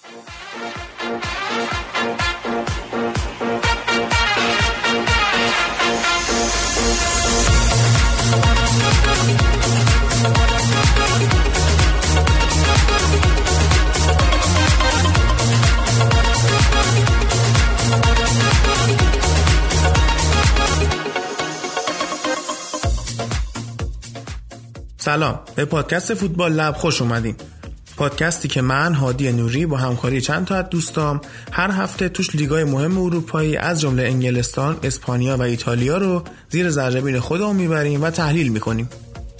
سلام، به پادکست فوتبال لب خوش اومدین. پادکستی که من هادی نوری با همکاری چند تا از دوستام هر هفته توش لیگای مهم اروپایی از جمله انگلستان، اسپانیا و ایتالیا رو زیر ذره‌بین خودمون میبریم و تحلیل میکنیم.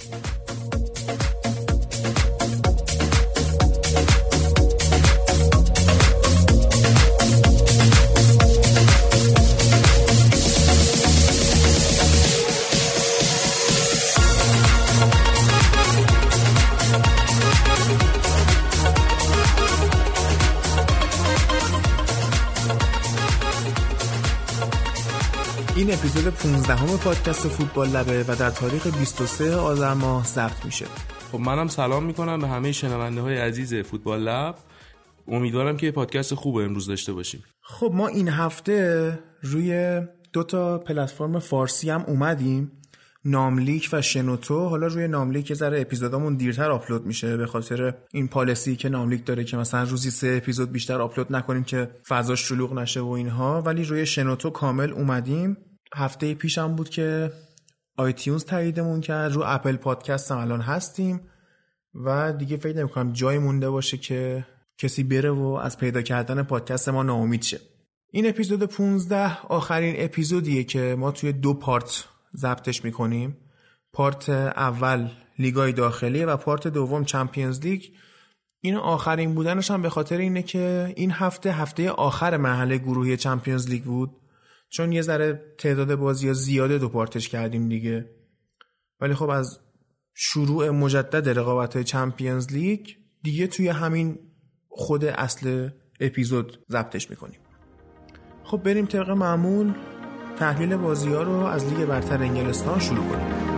این اپیزود 15 پادکست فوتبال لبه و در تاریخ 23 آذر ماه ضبط میشه. خب منم سلام میکنم به همه شنونده های عزیز فوتبال لب. امیدوارم که پادکست خوب امروز داشته باشیم. خب ما این هفته روی 2 پلتفرم فارسی هم اومدیم، ناملیک و شنوتو. حالا روی ناملیک یه ذره اپیزودامون دیرتر آپلود میشه به خاطر این پالیسی که ناملیک داره که مثلا روزی 3 اپیزود بیشتر آپلود نکنیم که فضاش شلوغ نشه و اینها، ولی روی شنوتو کامل اومدیم. هفته پیشم بود که آیتیونز تاییدمون کرد، رو اپل پادکست هم الان هستیم و دیگه فکر نمی‌کنم جایی مونده باشه که کسی بره و از پیدا کردن پادکست ما ناامید شه. این اپیزود 15 آخرین اپیزودیه که ما توی 2 پارت ضبطش میکنیم. پارت اول لیگای داخلیه و پارت دوم چمپیونز لیگ. این آخرین بودنش هم به خاطر اینه که این هفته آخر مرحله گروهی چمپیونز لیگ بود، چون یه ذره تعداد بازی‌ها زیاده 2 پارتش کردیم دیگه. ولی خب از شروع مجدد رقابت‌های چمپیونز لیگ دیگه توی همین خود اصل اپیزود ضبطش میکنیم. خب بریم طبق معمول تحلیل بازی‌ها رو از لیگ برتر انگلستان شروع کنیم.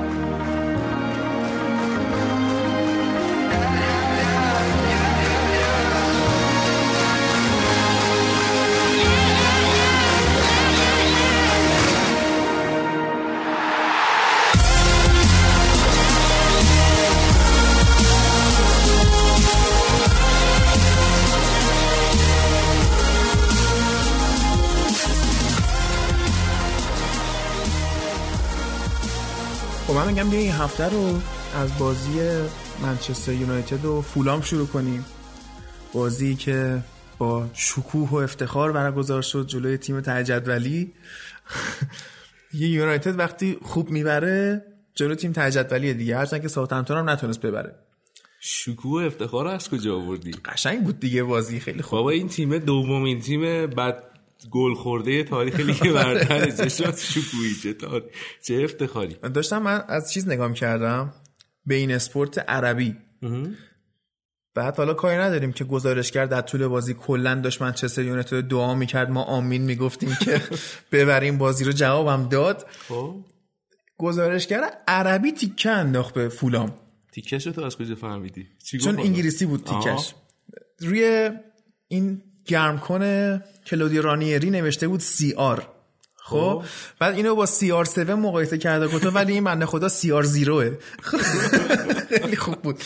من میگم بیا این هفته رو از بازی منچستر یونایتد و فولام شروع کنیم. بازی که با شکوه و افتخار برگزار شد جلوی تیم ته جدولی. یه یونایتد وقتی خوب میبره جلوی تیم ته جدولی دیگه، هرچند که ساوثهمپتون هم نتونست ببره. شکوه و افتخار از کجا آوردی؟ قشنگ بود دیگه بازی، خیلی خوب. بابا این تیم دومین تیم بعد گل خورده تاریخ لیگ برتر، چه شد شکوهی، چه افتخاری. من از چیز نگاه کردم به این اسپورت عربی. بعد حالا کاری نداریم که گزارشگر در طول بازی کلا داشت منچستر یونایتد دعا میکرد، ما آمین میگفتیم که ببریم بازی رو، جوابم داد. گزارشگر عربی تیکه انداخت به فولام. تیکه‌شو تو از کجا فهمیدی؟ چون انگلیسی بود تیکش. روی این گرمکن کلودیو رانیری نوشته بود CR. خب بعد اینو با CR7 مقایسه کرده گفتم ولی این بنده خدا CR0. خیلی خوب بود.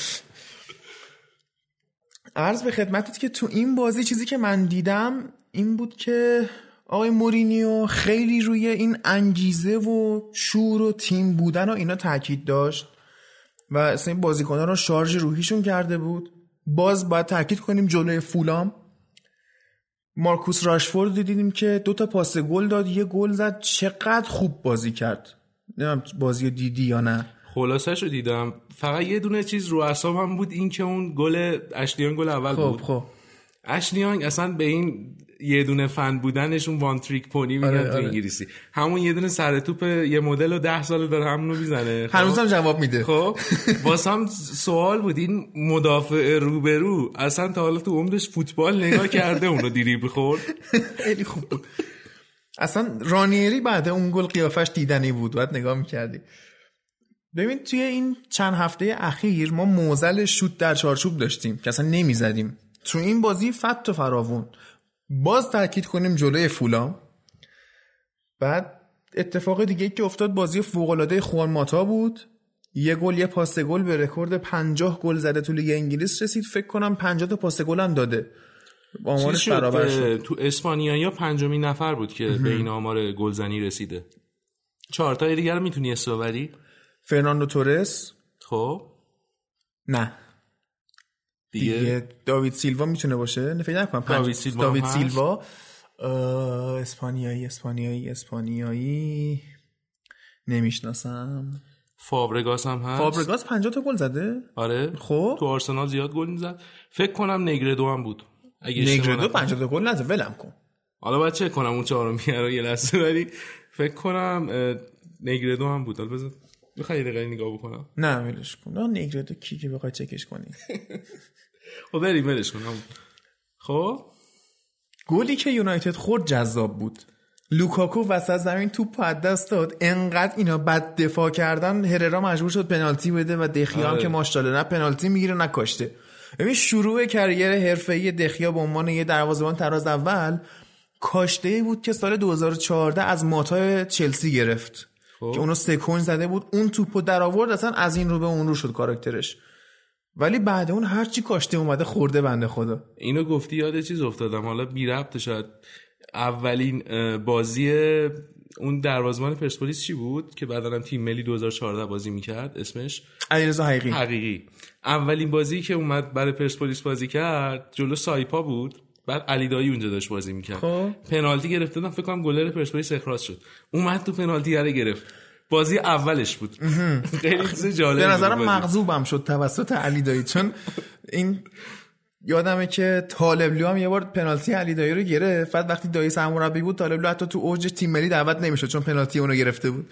عرض به خدمتت که تو این بازی چیزی که من دیدم این بود که آقای مورینیو خیلی روی این انگیزه و شور و تیم بودن و اینا تاکید داشت و اصلا این بازیکن‌ها رو شارژ روحیشون کرده بود. باز باید تاکید کنیم جلوی فولام مارکوس راشفورد دیدیم که 2 پاس گل داد، 1 گل زد. چقدر خوب بازی کرد. نمیدونم بازی دیدی یا نه. خلاصه‌شو دیدم. فقط یه دونه چیز رو اعصابم بود، این که اون گل اشلیانگ گل اول بود. خب اشلیانگ اصلا به این یه دونه فن بودنشون وان تریک پونی میگن تو انگلیسی. همون یه دونه سر توپ یه مدل و 10 ساله داره همونو میزنه. هنوزم جواب میده. خب واسم سوال بود این مدافع روبرو اصلا تا حالا تو عمرش فوتبال نگاه کرده اونو دریبل خورد؟ خیلی خوب بود. اصلا رانیری بعد اون گل قیافش دیدنی بود، بعد نگاه میکردی. ببین توی این چند هفته اخیر ما معضل شوت در چارچوب داشتیم که اصلا نمیزدیم تو این بازی فت و فراوون. باز تاکید کنیم جلوی فولام. بعد اتفاق دیگه که افتاد بازی فوق‌العاده خوان ماتا بود. یه گل یه پاس گل به رکورد 50 گل زده تو لیگ انگلیس رسید. فکر کنم 50 تا پاس گل هم داده. آمارش برابر شد. تو اسپانیا پنجمین نفر بود که به این آمار گلزنی رسیده. 4 تا دیگه رو میتونی استواری؟ فرناندو تورس. خب نه دیگه داوید سیلوا میتونه باشه. فکر نکنم داوید سیلوا. اسپانیایی نمیشناسم. فابرگاس هم هست. فابرگاس 50 تا گل زده. آره خب تو آرسنال زیاد گل میزد. فکر کنم نگردو هم بود. نگردو 50 تا گل نزد. ولم کن. حالا باید چک کنم اون چهارمیه رو یه لحظه، ولی فکر کنم نگردو هم بود. حالا بذار بخوای دقیقاً نگاه بکنم. نه ولش کن. نگردو کی که بخوای چکش کنی. خب بریم ولش کنم. خب گلی که یونایتد خورد جذاب بود. لوکاکو وسط زمین توپ از دست داد. انقدر اینا بد دفاع کردن هررا مجبور شد پنالتی بده و دخیا هم که ماشاءالله نه پنالتی میگیره نه کاشته. ببین شروع کریر حرفه‌ای دخیا به عنوان یه دروازه‌بان تراز اول کاشته‌ای بود که سال 2014 از ماتا چلسی گرفت که اونو سکون زده بود. اون توپو در آورد، اصلا از این رو به اون رو شد کاراکترش. ولی بعد اون هر چی کاشته اومده خورده بنده خدا. اینو گفتی یاد چیز افتادم، حالا بی ربط شاید. اولین بازی اون دروازه‌بان پرسپولیس چی بود که بعداً هم تیم ملی 2014 بازی میکرد؟ اسمش علیرضا حقیقی. اولین بازی که اومد برای پرسپولیس بازی کرد جلو سایپا بود. بعد علی دایی اونجا داشت بازی میکرد. پنالتی گرفت دادن، فکر کنم گلر پرسپولیس اخراج شد. اومد تو پنالتی رو گرفت. بازی اولش بود. خیلی چیز جالبی. به نظرم مغضوبم شد توسط علی دایی، چون این یادمه که طالبلو هم یه بار پنالتی علی دایی رو گرفت. بعد وقتی دایی سرمربی بود طالبلو حتی تو اوج تیم ملی دعوت نمیشد چون پنالتی اونو گرفته بود.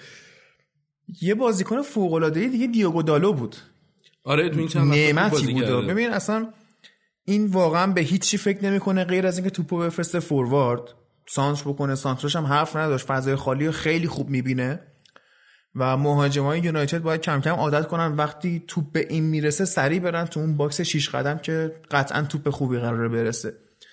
یه بازیکن فوق العاده دیگه دیوگو دالو بود. آره تو این چند نعمتی بود. ببین اصلا این واقعا به هیچ چی فکر نمیکنه غیر از اینکه توپو بفرسته فوروارد، سانتر بکنه. سانترش هم حرف نداشت، فضای خالی رو خیلی خوب میبینه و مهاجمای یونایتد باید کم کم عادت کنن وقتی توپ به این میرسه سریع برن تو اون باکس 6 قدم که قطعا توپ خوبی قراره برسه.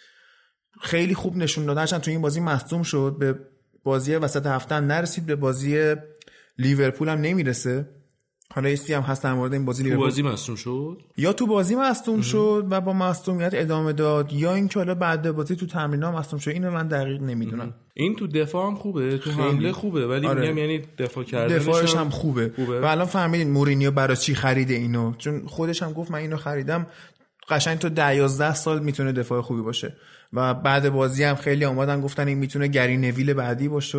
خیلی خوب نشون داده. هرچند تو این بازی مصدوم شد، به بازی وسط هفته نرسید، به بازی لیورپول هم نمیرسه. حالا ایستی هم هست در مورد این بازی لیورپول. تو بازی مصدوم شد یا تو بازی مصدوم شد و با مصدومیت ادامه داد، یا اینکه حالا بعد بازی تو تمرین‌ها مصدوم شد. اینو من دقیق نمیدونم. این تو دفاع هم خوبه، تو حمله خوبه، ولی میگم یعنی دفاع کردنش دفاعش هم خوبه. و الان فهمیدین مورینیو برای چی خریده اینو، چون خودش هم گفت من اینو خریدم قشنگ تو 10-11 سال میتونه دفاع خوبی باشه. و بعد بازی هم خیلی اومدن گفتن این میتونه گری نویل بعدی باشه.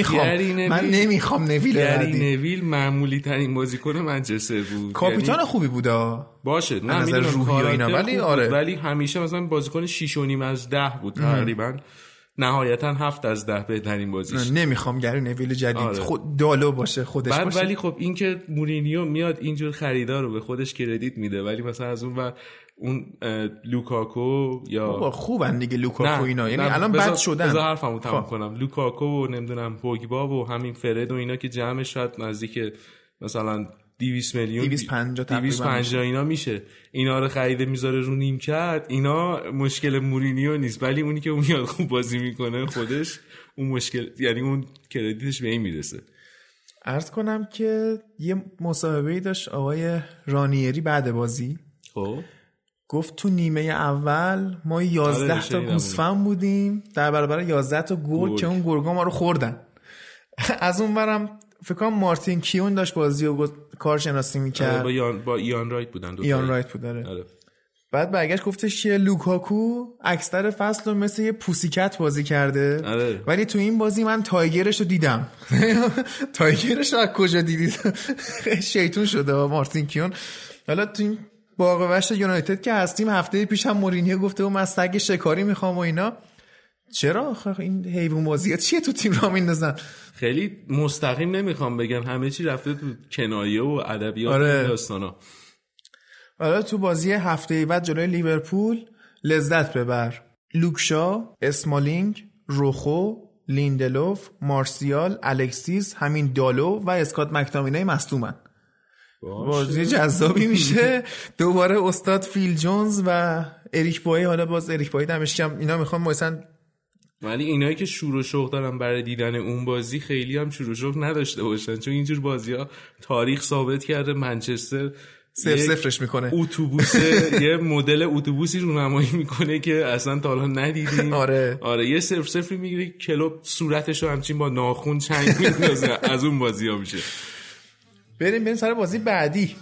من نمیخوام نویل بعدی. گری نویل معمولی ترین بازیکن منچستر بود. کاپیتان یعنی خوبی بود باشه، نه میدونم اینا، ولی آره ولی همیشه مثلا بازیکن 6.5 از 10 بود تقریبا. نهایتا 7 از 10 بهترین بازیش. نمیخوام گری نویل جدید خود دالو باشه خودش بعد باشه. ولی خب این که مورینیو میاد اینجور خریدار رو به خودش کردیت میده، ولی مثلا از اون و اون لوکاکو یا خوبن دیگه لوکاکو اینا، یعنی الان بد شدن. بذار حرفمو تموم کنم. لوکاکو و نمیدونم پوگبا و همین فرد و اینا که جمعش شاید نزدیک مثلا 200 میلیون 250 اینا میشه. اینا رو خریده میذاره رو نیمکت. اینا مشکل مورینیو نیست، ولی اونی که میاد خوب بازی میکنه خودش اون مشکل، یعنی اون کردیتش به این میرسه. عرض کنم که یه مصاحبه‌ای داشت آقای رانیری بعد بازی. خب گفت تو نیمه اول ما 11 تا گوسفند بودیم در برابر 11 تا گرگ که اون گرگا ما رو خوردن. از اون برم فکر کنم مارتین کیون داشت بازی رو کارشناسی میکرد. با ایان رایت بودن. ایان رایت بود داره. بعد برگشت گفتش که لوکاکو اکثر فصل رو مثل یه پوسیکت بازی کرده. ولی تو این بازی من تایگرش رو دیدم. تایگرش رو از کجا دیدید؟ شیطون شده مارتین کیون. حالا تو این باغ وحش یونایتد که هستیم، هفته پیش هم مورینیو گفته من سگ شکاری میخوام و اینا. چرا آخه این حیوان بازیه چیه تو تیم را میندازن؟ خیلی مستقیم نمیخوام بگم، همه چی رفته تو کنایه و ادبیات داستانا. حالا تو بازی هفته بعد جلوی لیورپول لذت ببر. لوکشا، اسمالینگ، روخو، لیندلوف، مارسیال، الکسیس، همین دالو و اسکات مکتامینای مصدومن. بازی جذابی میشه. دوباره استاد فیل جونز و اریک بای، حالا باز اریک بای دمش گرم، اینا میخوام مثلا، ولی اینایی که شور و شوق دارن برای دیدن اون بازی خیلی هم شور و شوق نداشته باشن، چون اینجور بازی‌ها تاریخ ثابت کرده منچستر 0-0 میکنه. اتوبوس یه مدل اتوبوسی رونمایی میکنه که اصلا تا حالا ندیدیم. آره یه 0-0 میگیره، کلوب صورتشو همچین با ناخن چنگ میندازه. از اون بازی‌ها میشه. بریم سر بازی بعدی.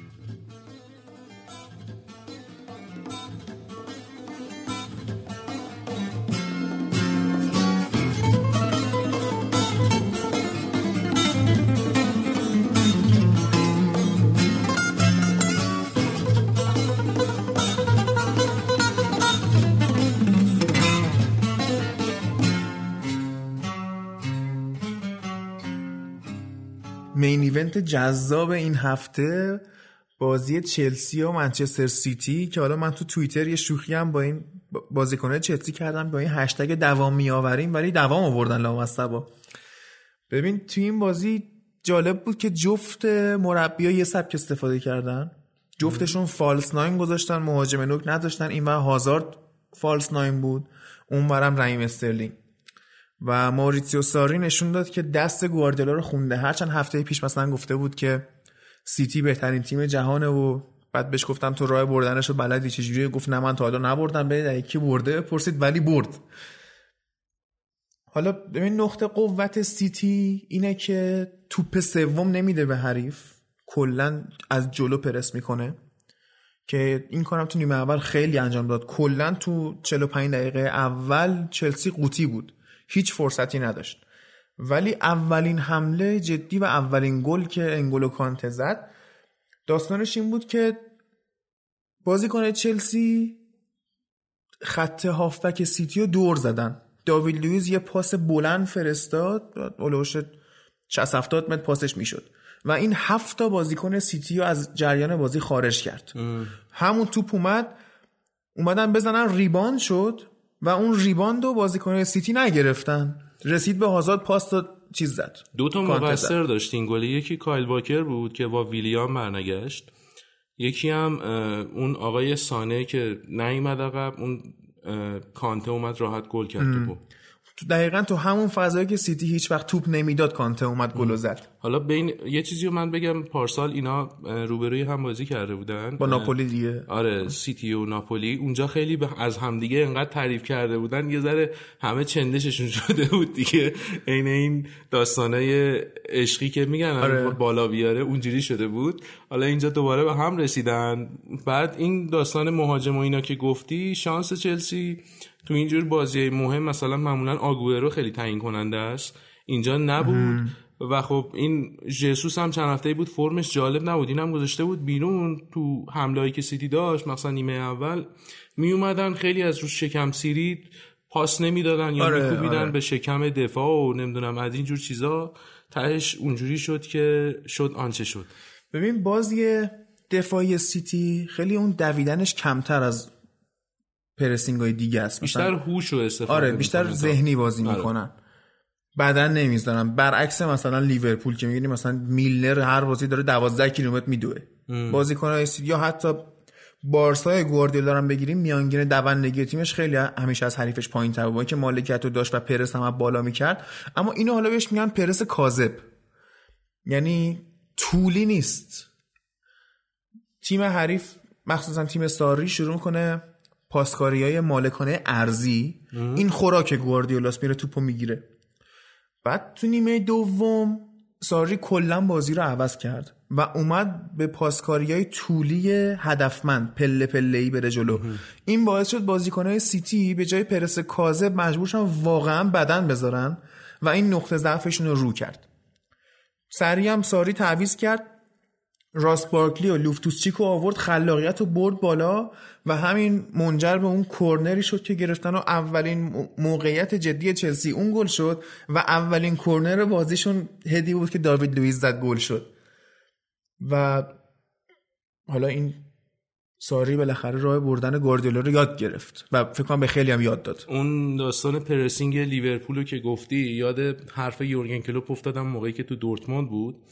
مین ایونت جذاب این هفته بازی چلسی و منچستر سیتی که حالا من تو توییتر یه شوخی هم با این بازیکن‌های چلسی کردم با این هشتگ دوام میآوریم، ولی دوام آوردن لامصبا. ببین تو این بازی جالب بود که جفت مربی‌ها یه سبک استفاده کردن. جفتشون فالس ناین گذاشتن، مهاجم نوک نداشتن. اینور هازارد فالس ناین بود، اونورم رحیم استرلینگ. و ماریتسیو ساری نشون داد که دست گواردیولا رو خونده. هرچند هفته پیش مثلا گفته بود که سیتی بهترین تیم جهانه و بعد بهش گفتم تو راه بردنش رو بلدی چجوریه، گفت نه من تا حالا نبردم. به کی برده پرسید، ولی برد. حالا ببین نقطه قوت سیتی اینه که توپ سوم نمیده به حریف، کلا از جلو پرس میکنه که این کارم تو نیمه اول خیلی انجام داد. کلا تو 45 دقیقه اول چلسی قوطی بود، هیچ فرصتی نداشت. ولی اولین حمله جدی و اولین گل که انگولو کانته زد، داستانش این بود که بازیکن چلسی خط هافبک سیتی رو دور زدن. داوید لوئیس یه پاس بلند فرستاد، اولوش 60-70 متر پاسش میشد و این 7 تا بازیکن سیتی رو از جریان بازی خارج کرد. همون توپ اومدن بزنن، ریباند شد و اون ریباند رو بازیکن سیتی نگرفتن، رسید به هازارد، پاس داد، چیز زد. 2 تا مقصر داشت این گل. یکی کایل واکر بود که با ویلیام برنگشت، یکی هم اون آقای سانه که نیومد عقب، اون کانته اومد راحت گل کرد توپو. دقیقاً تو همون فضایی که سیتی هیچ وقت توپ نمیداد کانته اومد گل زد. حالا بین یه چیزی رو من بگم، پارسال اینا روبروی هم بازی کرده بودن با ناپولی دیگه. آره سیتی و ناپولی، اونجا خیلی از همدیگه انقدر تعریف کرده بودن یه ذره همه چندششون شده بود دیگه. عین این داستانای عشقی که میگن بالا بیاره اونجوری شده بود. حالا اینجا دوباره به هم رسیدن. بعد این داستان مهاجم و اینا که گفتی، شانس چلسی تو اینجور بازی مهم مثلا معمولا آگوئرو خیلی تعیین کننده است، اینجا نبود. و خب این ژسوس هم چند هفته‌ای بود فرمش جالب نبود، اینم گذاشته بود بیرون. تو حمله‌ای که سیتی داشت مثلا نیمه اول می اومدن خیلی از روش شکم سیری پاس نمیدادن یا میکوبیدن به شکم دفاع و نمیدونم از این جور چیزا. تهش اونجوری شد که شد آنچه شد. ببین بازی دفاعی سیتی خیلی اون دویدنش کمتر از پرسینگ‌های دیگه است، بیشتر هوش و استفاده بیشتر ذهنی بازی میکنن، بدن نمیذارن. برعکس مثلا لیورپول که میگیم مثلا میلنر هر بازی داره 12 کیلومتر میدوه. بازیکن‌های سیتی یا حتی بارسای گواردیولا دارن بگیریم، میانگین دوندگی تیمش خیلی همیشه از حریفش پایین‌تر بود که مالکیت رو داشت و پرس هم بالا میکرد. اما اینو حالا بهش میگن پرس کاذب، یعنی طولی نیست. تیم حریف مخصوصا تیم ساری شروع کنه پاسکاریای مالکانه ارضی، این خوراک گواردیولاس، میره توپو میگیره. بعد تو نیمه دوم ساری کلا بازی رو عوض کرد و اومد به پاسکاریای طولی هدفمند پله پله‌ای بره جلو. این باعث شد بازیکن‌های سیتی به جای پرس کاذب مجبور شدن واقعا بدن بذارن و این نقطه ضعفشون رو رو کرد. سریع هم ساری تعویض کرد، راس بارکلی و لوفتوس چیکو آورد، خلاقیت رو برد بالا و همین منجر به اون کورنری شد که گرفتن و اولین موقعیت جدی چلسی اون گل شد و اولین کورنر بازیشون هدی بود که داوید لوئیس زد، گل شد. و حالا این ساری بالاخره راه بردن گواردیولا رو یاد گرفت و فکر کنم به خیلی هم یاد داد. اون داستان پرسینگ لیورپول رو که گفتی، یاد حرف یورگن کلوپ افتادم موقعی که تو دورتموند بود.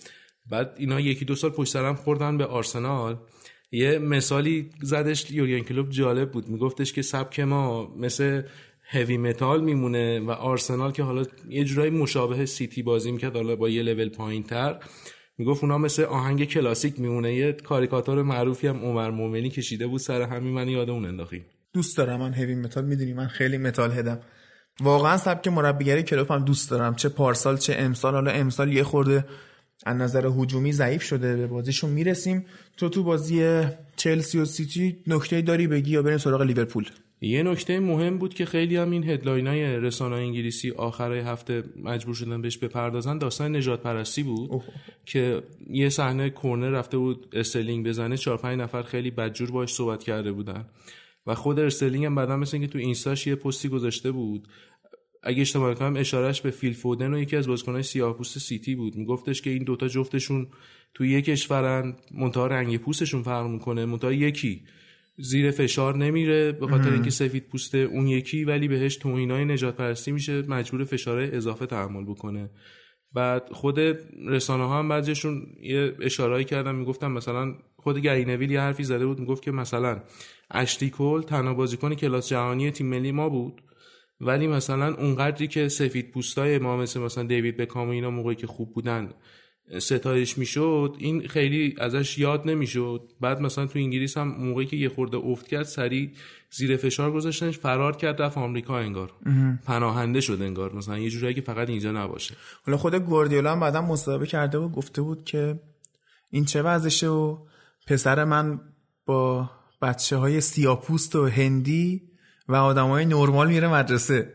بعد اینا یکی دو سال پشت سرم خوردن به آرسنال. یه مثالی زدش یورگن کلوپ جالب بود، میگفتش که سبک ما مثل هیوی متال میمونه و آرسنال که حالا یه جورایی مشابه سیتی بازی میکرد حالا با یه لول پایین‌تر، میگفت اونا مثل آهنگ کلاسیک میمونه. یه کاریکاتور معروفی هم عمر مومنی کشیده بود سر همین، من یاد اون انداختی. دوست دارم من هیوی متال، میدونی من خیلی متال هدم واقعا. سبک مربیگری کلوپ هم دوست دارم، چه پارسال چه امسال. حالا امسال یه خورده از نظر هجومی ضعیف شده، به بازیشون میرسیم. تو بازی چلسی و سیتی نکته‌ای داری بگی یا بریم سراغ لیورپول؟ یه نکته مهم بود که خیلی هم این هدلاینای رسانه‌های انگلیسی آخرای هفته مجبور شدن بهش بپردازن، داستان نجات پرستی بود که یه صحنه کورنر رفته بود استرلینگ بزنه، 4-5 نفر خیلی بدجور باهاش صحبت کرده بودن و خود استرلینگ هم بعداً مثل اینکه تو اینستاش یه پستی گذاشته بود، اگه اشتباه نکنم اشارهش به فیل فودن و یکی از بازیکن‌های سیاه‌پوست سیتی بود. میگفتش که این دوتا جفتشون تو یک کشورن، منتها رنگ پوستشون فرق میکنه، منتها یکی زیر فشار نمیره به خاطر اینکه سفید پوسته، اون یکی ولی بهش توهینای نجات پرستی میشه، مجبور فشار اضافه تحمل بکنه. بعد خود رسانه‌ها هم بعضیشون یه اشاره‌ای کردن، میگفتن مثلا خود گری نویل یه حرفی زده بود، میگفت که مثلا اشلی کول تنها بازیکن کلاس جهانی تیم ملی ما بود، ولی مثلا اونقدری که سفید پوستای ما مثلا دیوید بکام و اینا موقعی که خوب بودن ستایش میشد، این خیلی ازش یاد نمیشد. بعد مثلا تو انگلیس هم موقعی که یه خورده افت کرد سریع زیر فشار گذاشتنش، فرار کرد رفت آمریکا، انگار پناهنده شد، انگار مثلا یه جوری که فقط اینجا نباشه. حالا خود گواردیولا هم بعداً مصاحبه کرده بود، گفته بود که این چه وضعشه و پسر من با بچه‌های سیاه‌پوست و هندی و آدمای نرمال میره مدرسه.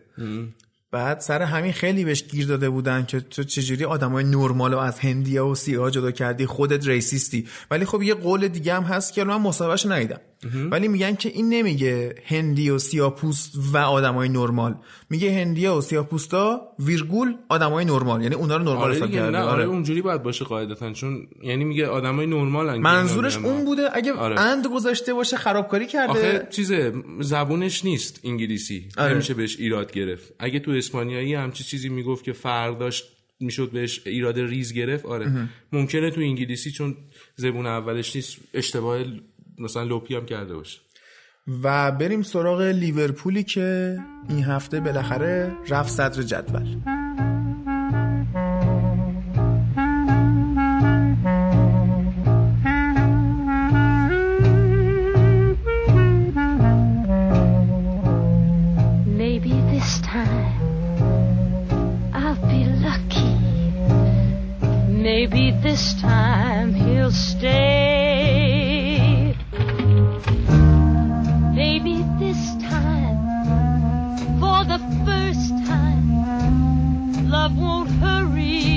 بعد سر همین خیلی بهش گیر داده بودن که تو چجوری آدمای نرمالو از هندیا و سیاها جدا کردی، خودت ریسیستی. ولی خب یه قول دیگه هم هست که من مصاحبهش ندیدم، ولی میگن که این نمیگه هندی و سیاه‌پوست و آدمای نرمال، میگه هندیا و سیاه‌پوستا ویرگول آدمای نرمال، یعنی اونا رو نرمال حساب کرده. آره اونجوری باید باشه قاعدتاً، چون یعنی میگه آدمای نرمالن. منظورش اون بوده، اگه اند گذاشته باشه خرابکاری کرده. آخه زبونش نیست انگلیسی، نمیشه بهش ایراد گرفت. اگه تو اسپانیایی همچی چیزی میگفت که فرق داشت میشد بهش ایراد ریز گرفت. ممکنه تو انگلیسی چون زبون اولش نیست اشتباه مثلا لوپی هم کرده باشه. و بریم سراغ لیورپولی که این هفته بالاخره رفت صدر جدول. Maybe this time he'll stay. Maybe this time, for the first time, love won't hurry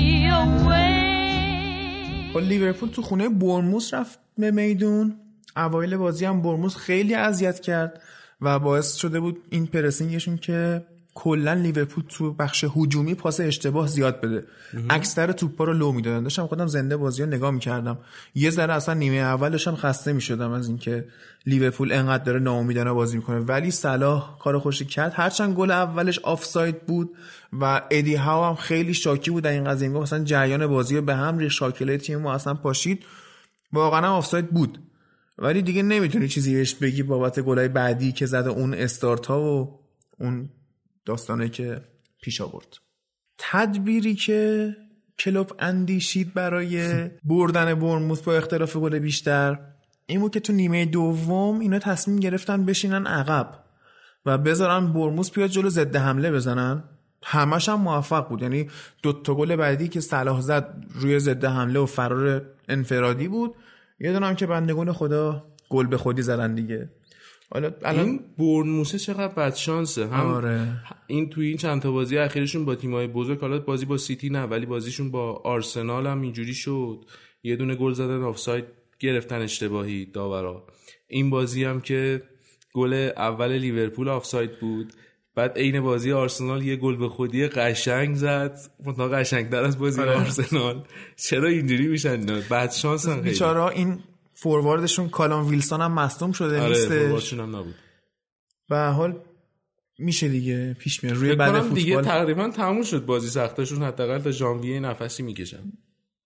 away. لیورپول تو خونه برنموث رفت به میدون. اوایل بازی هم برنموث خیلی اذیت کرد و باعث شده بود این پرسینگشون که کلا لیورپول تو بخش هجومی پاس اشتباه زیاد بده، اکثر توپا رو لو میدادن. داشتم خودم زنده بازی رو نگاه میکردم، یه ذره اصلا نیمه اولش هم خسته میشدم از اینکه لیورپول انقدر داره ناامیدانه بازی میکنه، ولی صلاح کارو خوشی کرد. هرچند گل اولش آفساید بود و ادی هاو هم خیلی شاکی بود در این قضیه، میگه مثلا جریان بازی رو به هم ریخت، شاکله تیم ما اصلا پاشید. واقعا هم آفساید بود، ولی دیگه نمیتونی چیزی بهش بگی بابت گلای بعدی که زده، اون استارت ها و اون داستانه که پیش آورد. تدبیری که کلوپ اندیشید برای بردن برنموث با اختلاف گل بیشتر این بود که تو نیمه دوم اینا تصمیم گرفتن بشینن عقب و بذارن برنموث بیاد جلو ضد حمله بزنن. همش هم موفق بود، یعنی 2 گل بعدی که صلاح زد روی ضد حمله و فرار انفرادی بود، یه دونه هم که بندگان خدا گل به خودی زدن دیگه. حالا این برنموث چقدر بدشانسه. هم این توی این چند تا بازی اخیرشون با تیم‌های بزرگ، حالا بازی با سیتی نه ولی بازیشون با آرسنال هم اینجوری شد، یه دونه گل زدن آفساید گرفتن اشتباهی داورا. این بازی هم که گل اول لیورپول آفساید بود، بعد عین بازی آرسنال یه گل به خودی قشنگ زد، مطلق قشنگ‌تر از بازی آرسنال. چرا اینجوری میشن؟ بدشانسن خیلی بیچاره‌ها. این فورواردشون کالام ویلسون هم مصدوم شده نیستش. فورواردشون هم نبود. به حال میشه دیگه پیش میاد روی بعد فوتبال دیگه تقریبا تموم شد بازی سختشون، حداقل تا ژانویه نفسی میکشن.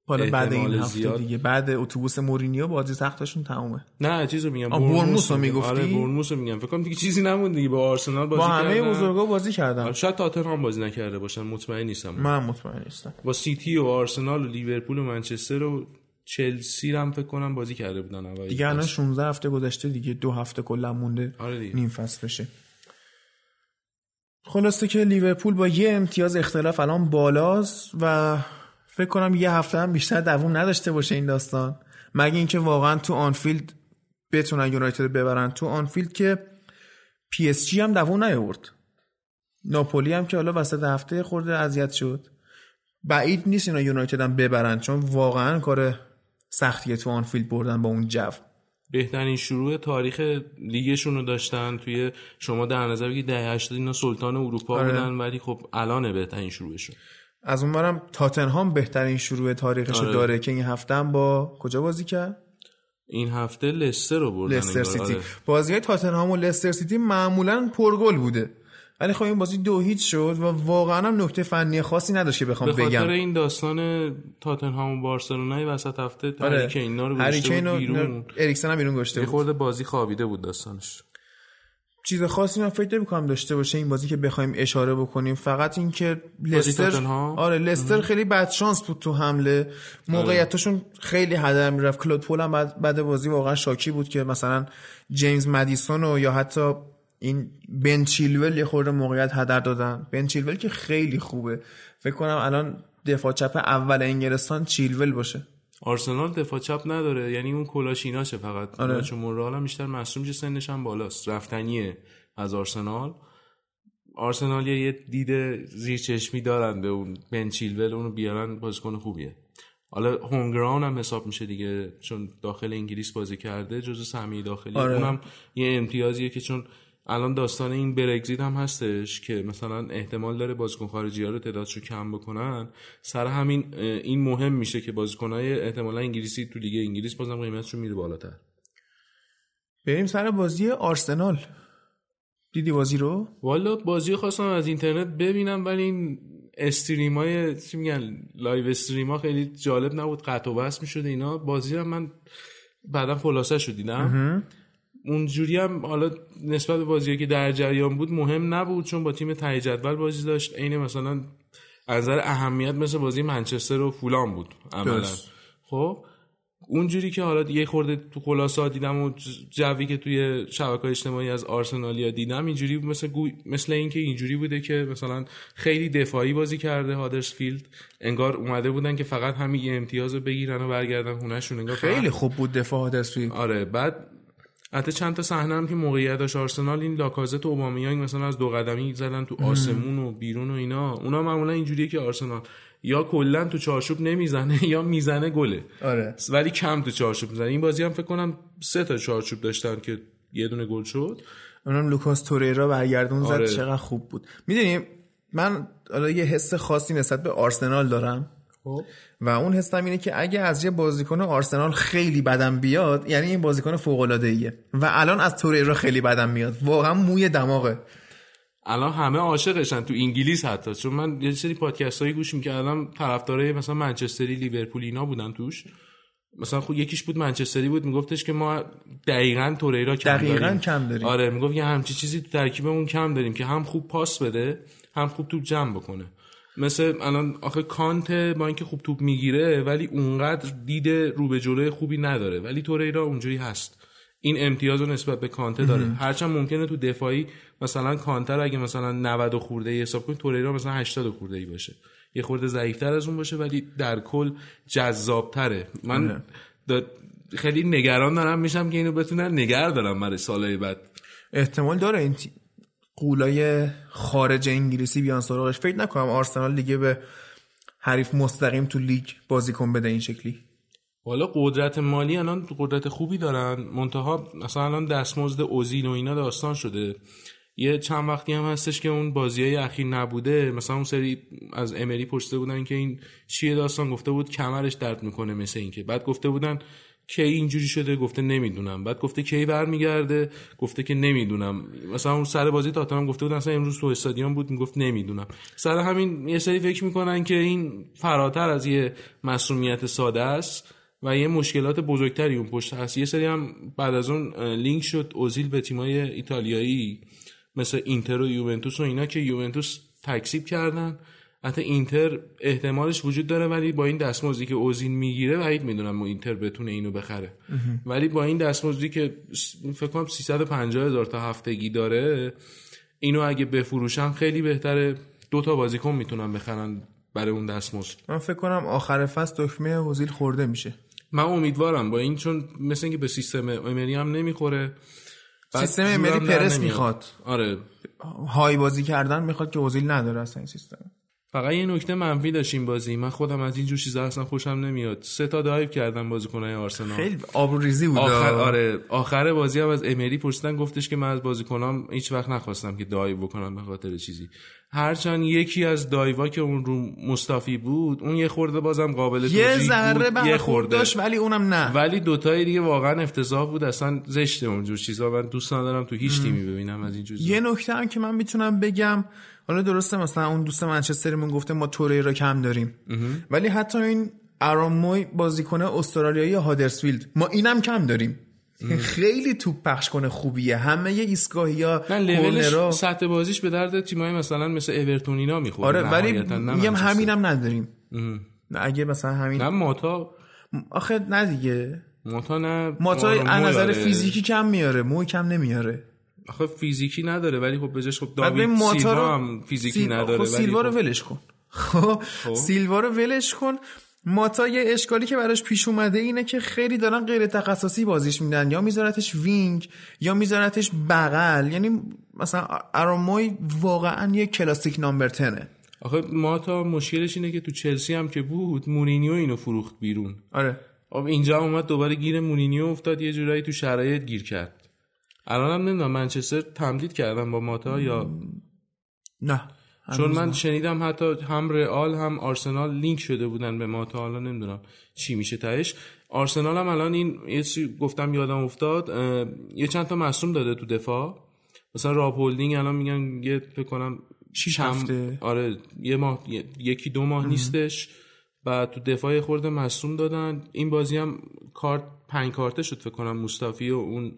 حالا بعد این هفته دیگه بعد اتوبوس مورینیو بازی سختشون تمومه. نه چیزو میگم برنموثو میگفتی. آره برنموثو میگم. فکر کنم دیگه چیزی نموند دیگه. با آرسنال بازی کردن، با همه بزرگا بازی کردن. شاید تاتنهام بازی نکرده باشن، مطمئن نیستم. من مطمئن نیستم. با سیتی و آرسنال و لیورپول و منچستر و چلسی هم فکر کنم بازی کرده بودن اول. دیگه الان 16 هفته گذشته دیگه، 2 هفته کلا مونده نیم فصل بشه. خلاصه که لیورپول با یه امتیاز اختلاف الان بالاست و فکر کنم یه هفته هم بیشتر دوام نداشته باشه این داستان، مگه اینکه واقعا تو آنفیلد بتونن یونایتد ببرن. تو آنفیلد که پی اس جی هم دوام نیاورد، ناپولی هم که حالا وسط هفته خورده اذیت شد. بعید نیست اینا یونایتد هم ببرن، چون واقعا کار سختیه تو آنفیلد بردن با اون جو. بهترین شروع تاریخ لیگشون رو داشتن. توی شما در نظر بگید دهه 80 اینا سلطان اروپا بودن، ولی خب الان بهترین شروعشون. از اونورم تاتنهام بهترین شروع تاریخش داره که این هفته هم با کجا بازی کرد؟ این هفته لستر رو بردن. لستر سیتی. بازی‌های تاتنهام و لستر سیتی معمولاً پرگل بوده، ولی خب این بازی 2-0 شد و واقعا هم نکته فنی خاصی نداشت که بخوام بگم. به خاطر این داستان تاتنهام و بارسلونای وسط هفته هری کین رو گذاشته بود بیرون، اریکسن هم بیرون گذاشته بود. خورده بازی خوابیده بود داستانش. چیز خاصی من فکر نمی‌کنم داشته باشه این بازی که بخوایم اشاره بکنیم. فقط این که لستر لستر خیلی بد شانس بود تو حمله، موقعیتاشون خیلی هدر میرفت. کلود پول هم بعد بازی واقعا شاکی بود که مثلا جیمز مدیسون یا حتی این بن چیلول یه خورده موقعیت هدر دادن. بن چیلول که خیلی خوبه، فکر کنم الان دفاع چپ اول انگلستان چیلول باشه. آرسنال دفاع چپ نداره، یعنی اون کلاشیناشه فقط. چون مورال هم بیشتر مصدوم شه، سنش هم بالاست، رفتنیه از آرسنال یه دید زیرچشمی دارن به اون بن چیلول، اونو بیارن بازیکن خوبیه. حالا هومگراون هم حساب میشه دیگه، چون داخل انگلیس بازی کرده، جزو سهمیه داخلی. اونم یه امتیازیه که چون الان داستان این برگزیت هم هستش که مثلا احتمال داره بازیکن خارجی‌ها رو تعدادشو کم بکنن، سر همین این مهم میشه که بازیکن‌های احتمالاً انگلیسی تو لیگ انگلیس بازم قیمتشون میره بالاتر. بریم سر بازی آرسنال. دیدی بازی رو؟ والا بازی خواستم از اینترنت ببینم، ولی این استریمای چی میگن لایو استریما خیلی جالب نبود، قطع و بس میشد اینا. بازی رو من بعداً خلاصه‌شو دیدم. اونجوری هم حالا نسبت به بازیایی که در جریان بود مهم نبود، چون با تیم ته جدول بازی داشت. عین مثلا از نظر اهمیت مثل بازی منچستر و فولان بود عملا. خب اونجوری که حالا یه خورده تو خلاصات دیدم و جوی که توی شبکه‌های اجتماعی از آرسنالیا دیدم، اینجوری مثل این که اینجوری بوده که مثلا خیلی دفاعی بازی کرده هادرسفیلد، انگار اومده بودن که فقط همین یه امتیازو بگیرن و برگردن خونه‌شون. انگار خیلی خوب بود دفاع هادرسفیلد. آره. بعد حتی چند تا صحنه هم که موقعیت داشت آرسنال، این لاکازت و اوبامیانگ مثلا از دو قدمی زدن تو آسمون و بیرون و اینا. اونا معمولا اینجوریه که آرسنال یا کلا تو چارچوب نمیزنه یا میزنه گله. آره. ولی کم تو چارچوب میزنه. این بازی هم فکر کنم 3 تا چارچوب داشتن که یه دونه گل شد. اونم لوکاس توریرا برگردون زد. چقدر خوب بود. میدونیم من حالا یه حس خاصی نسبت به آرسنال دارم و اون حسم اینه که اگه از یه بازیکن آرسنال خیلی بدم بیاد، یعنی این بازیکن فوق‌العاده‌ایه و الان از توریرا خیلی بدم میاد. واقعا موی دماغه. الان همه عاشقشن تو انگلیس حتی، چون من یه سری پادکستایی گوش می‌کردم طرفدارای مثلا منچستری، لیورپول اینا بودن توش. مثلا خود یکیش بود منچستری بود، میگفتش که ما دقیقاً توریرا کم داریم. آره میگفت یه همچی چیزی تو ترکیبمون کم داریم که هم خوب پاس بده هم خوب توپ جمع بکنه. مثل الان آخه کانت با اینکه خوب توپ میگیره ولی اونقدر دید رو به جلوی خوبی نداره، ولی توریرا اونجوری هست. این امتیازو نسبت به کانته داره. هرچند ممکنه تو دفاعی مثلا کانتر اگه مثلا 90 خورده ای حساب کنی، توریرا مثلا 80 خورده ای باشه، یه خورده ضعیف‌تر از اون باشه، ولی در کل جذاب‌تره. من خیلی نگران دارم میشم که اینو بتونن نگه دارن برای سالهای بعد. احتمال داره این قولای خارج انگلیسی بیان سراغش. فکر نکنم آرسنال دیگه به حریف مستقیم تو لیگ بازیکن بده این شکلی. والا قدرت مالی الان قدرت خوبی دارن، منتها مثلا الان دستمزد اوزیل و اینا داستان شده. یه چند وقتی هم هستش که اون بازیای اخیر نبوده، مثلا اون سری از امری پرسیده بودن که این چیه داستان، گفته بود کمرش درد میکنه مثل این که، بعد گفته بودن کی اینجوری شده، گفته نمیدونم. بعد گفته کی برمیگرده، گفته که نمیدونم. مثلا اون سر بازی تاتنهام گفته بود مثلا امروز تو استادیوم بود، میگفت نمیدونم. سر همین یه سری فکر میکنن که این فراتر از یه معصومیت ساده است و یه مشکلات بزرگتری اون پشت هست. یه سری هم بعد از اون لینک شد اوزیل به تیمای ایتالیایی مثل اینتر و یوونتوس و اینا که یوونتوس تکذیب کردن. حتی اینتر احتمالش وجود داره ولی با این دستمزدی که اوزیل میگیره بعید میدونم اینتر بتونه اینو بخره. ولی با این دستمزدی که فکر کنم 350,000 تا هفتگی داره، اینو اگه بفروشن خیلی بهتره. 2 تا بازیکن میتونن بخرن برای اون دستمزد. من فکر کنم آخر فصل دکمه اوزیل خورده میشه. من امیدوارم با این، چون مثل اینکه به سیستم امری هم نمیخوره. سیستم امری پرس میخواد. آره، های بازی کردن میخواد که اوزیل نداره اصلا این سیستم. فقط یه نکته منفی داشت این بازی. من خودم از این جور چیزا اصلا خوشم نمیاد. 3 تا دایو کردن بازیکنای آرسنال. خیلی آبروریزی بود. آخر بازی هم از امری پرسیدن، گفتش که من از بازیکنام هیچ وقت نخواستم که دایو بکنم به خاطر چیزی. هرچند یکی از دایوا که اون رو مصطفی بود، اون یه خورده بازم قابل توجیه بود. یه ذره برخورد داشت ولی اونم نه. ولی دوتای دیگه واقعا افتضاح بود. اصلا زشته اونجور چیزا. من دوست ندارم تو هیچ تیمی ببینم از این جور. یه نکته هم که من میتونم بگم، حالا درسته مثلا اون دوست منچسترمون گفته ما توری را کم داریم، ولی حتی این آراموی بازیکن استرالیایی هادرسفیلد ما اینم کم داریم. خیلی توپ پخش کنه خوبیه. همه یه ایستگاهی‌ها کورنرها سطح بازیش به درد تیمای مثلا مثل اورتون اینا میخوره. آره ولی میگم همینم نداریم. اگه مثلا همین نه ماتا آخه نه دیگه ماتا از نظر فیزیکی کم میاره، مو کم نمیاره. آخه فیزیکی نداره ولی خب بجاش خب داوید سیلوا هم فیزیکی نداره. خب سیلوا رو ولش کن. خب سیلوا رو ولش کن. ماتا یه اشکالی که براش پیش اومده اینه که خیلی دارن غیر تخصصی بازیش میدن، یا میذارتش وینگ یا میذارتش بغل. یعنی مثلا آراموی واقعا یه کلاسیک نامبر 10. آخه ماتا مشکلش اینه که تو چلسی هم که بود مورینیو اینو فروخت بیرون. آره خب اینجا اومد دوباره گیر مورینیو افتاد، یه جورایی تو شرایط گیر کرد. الانم نمیدونم منچستر تمدید کردن با ماتا یا نه، چون من شنیدم حتی هم رئال هم آرسنال لینک شده بودن به ماتا. حالا نمیدونم چی میشه تهش. آرسنال هم الان این یه چیزی گفتم یادم افتاد، یه چند تا مصدوم داده تو دفاع. مثلا راب هولدینگ الان میگن یه فکر کنم 6 هفته، آره یه ماه، یکی 2 ماه نیستش. بعد تو دفاع خورده مصدوم دادن. این بازی هم کارت 5 کارته شد فکر کنم. مصطفی و اون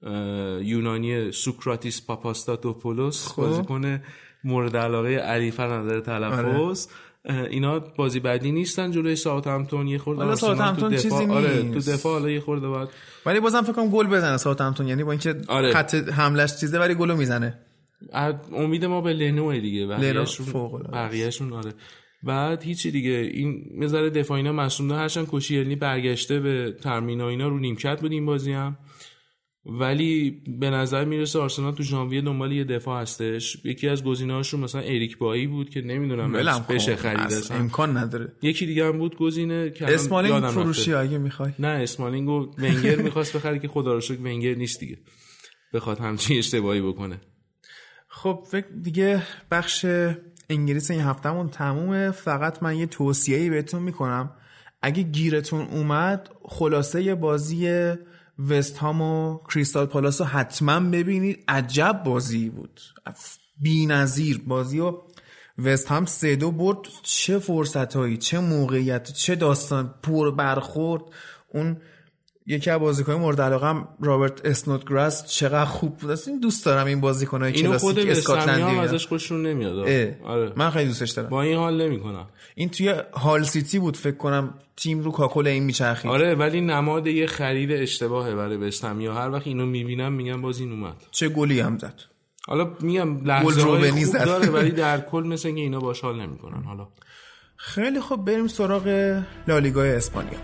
یونانی سوکراتیس پاپاستاتوپولوس بازیکن مورد علاقه علی فرناندر تلفظ. اینا بازی بعدی نیستن جلوی ساوثهمپتون. یه خورده ساوثهمپتون چیزی نیست. آره تو دفاع حالا یه خورده بعد، ولی بازم فکر کنم گل بزنه ساوثهمپتون. یعنی با اینکه خط حملهش چیزه ولی گلو میزنه. امید ما به لنو دیگه. بقیه‌شون آره. بعد هیچی دیگه. این میذاره دفاع اینا مصدوم هاشن. کوشیلنی برگشته به ترمین اینا رو نیمکت بود این بازی هم. ولی به نظر میرسه آرسنال تو ژانویه دنبال یه دفاع هستش. یکی از گزینه‌هاش رو مثلا اریک بایی بود که نمیدونم بشه خرید، اصلا امکان نداره. یکی دیگه هم بود گزینه که اسمالینگ فروشی اگه میخوای. نه اسمالینگو ونگر میخواست بخره که خدا رو شکر ونگر نیست دیگه بخواد همچین اشتباهی بکنه. خب فکر دیگه بخش انگلیس این هفتهمون تمومه. فقط من یه توصیه‌ای بهتون میکنم، اگه گیرتون اومد خلاصه بازی وست هام و کریستال پالاس رو حتما ببینید. عجب بازی بود، بی‌نظیر بازی. و وست هم 3-2 برد. چه فرصتایی، چه موقعیت، چه داستان پر برخورد. اون یکی از بازیکن‌های مورد علاقه‌ام رابرت اسنودگراس چقدر خوب بود. اصلا دوست دارم این بازیکن‌های کلاسیک اسکاتلندی. ازش خوششون نمیاد. آره من خیلی دوستش دارم. با این حال نمی‌کنم. این توی هال سیتی بود فکر کنم، تیم رو کاکل این میچرخید. آره ولی نماد یه خرید اشتباهه برای وستهم. هر وقت اینو میبینم میگم باز این اومد. چه گلی هم زد. حالا میگم لحظه‌های خوب داره ولی در کل مثل اینکه اینا باش حال نمی‌کنن. حالا خیلی خب بریم سراغ لالیگا اسپانیا.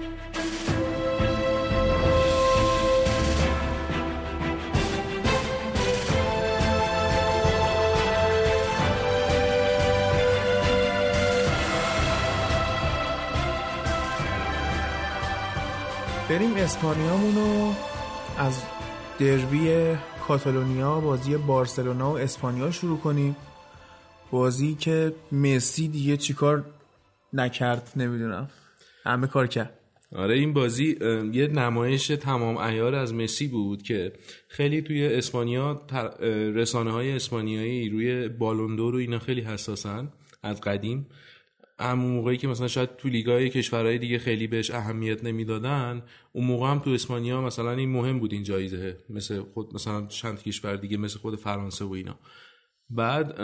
بریم اسپانیامونو از دربی کاتالونیا، بازی بارسلونا و اسپانیا شروع کنیم. بازی که مسی دیگه چیکار نکرد نمیدونم، همه کار کرد. آره این بازی یه نمایش تمام عیار از مسی بود که خیلی توی اسپانیا رسانه‌های اسپانیایی روی بالون دور و اینا خیلی حساسن از قدیم. همون موقعی که مثلا شاید تو لیگای کشورهای دیگه خیلی بهش اهمیت نمیدادن، اون موقع هم تو اسپانیا مثلا این مهم بود این جایزه، مثل خود مثلا چند کشور دیگه مثل خود فرانسه و اینا. بعد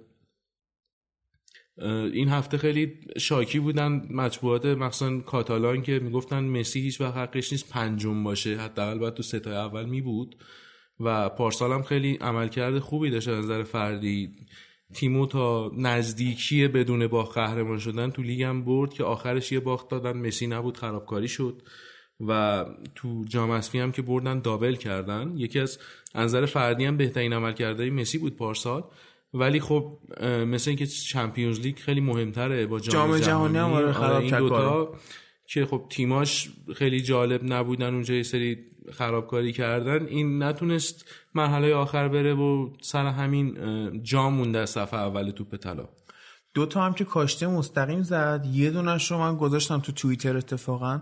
این هفته خیلی شاکی بودن مطبوعات مثلا کاتالان که میگفتن مسی هیچ وقت حقش نیست پنجم باشه، حداقل باید تو ستای اول می بود. و پارسال هم خیلی عملکرد خوبی داشت از نظر فردی، تیمو تا نزدیکی بدون باخت قهرمان شدن تو لیگ هم برد که آخرش یه باخت دادن، مسی نبود خرابکاری شد. و تو جام اسفی هم که بردن دابل کردن. یکی از نظر فردی هم بهترین عملکردهای مسی بود پارسال، ولی خب مثل اینکه چمپیونز لیگ خیلی مهمتره با جام جهانی هم خراب کرد کارو که خب تیماش خیلی جالب نبودن اونجا، یه سری خرابکاری کردن، این نتونست مرحله آخر بره و سر همین جام مونده از صفحه اول توپ طلا. دوتا هم که کاشته مستقیم زد، یه دونش رو من گذاشتم تو توییتر اتفاقا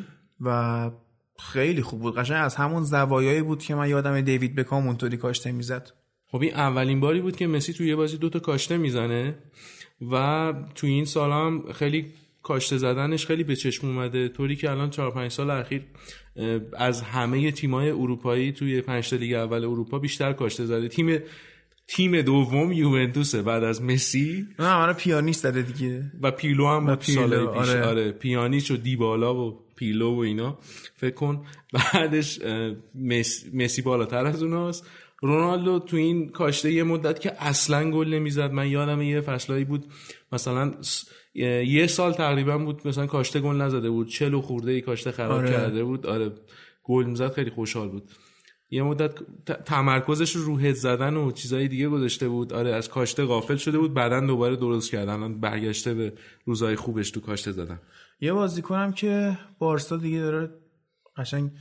و خیلی خوب بود، قشنگ از همون زوایایی بود که من یادم دیوید بکام اونطوری کاشته میزد. خب این اولین باری بود که مسی توی یه بازی دوتا کاشته میزنه و توی این سال هم خیلی کاشته زدنش خیلی به چشم اومده، طوری که الان 4-5 سال اخیر از همه تیم‌های اروپایی توی 5 تا لیگ اول اروپا بیشتر کاشته زده. تیم دوم یوونتوسه بعد از مسی. من پیانیچ زده دیگه و پیلو هم سال پیش. آره پیانیچ و دیبالا و پیلو و اینا. فکر کن بعدش مسی بالاتر از اوناست. رونالدو تو این کاشته یه مدت که اصلا گل نمیزد. من یادم یه فصلایی بود مثلا یه سال تقریبا بود مثلا کاشته گل نزده بود، 40 خورده ای کاشته خراب کرده بود. آره گل میزد، خیلی خوشحال بود. یه مدت تمرکزش رو هد زدن و چیزای دیگه گذاشته بود. آره از کاشته غافل شده بود، بعدن دوباره درست کردن، برگشته به روزای خوبش تو کاشته زدن. یه بازیکنم که بارسا دیگه داره قشنگ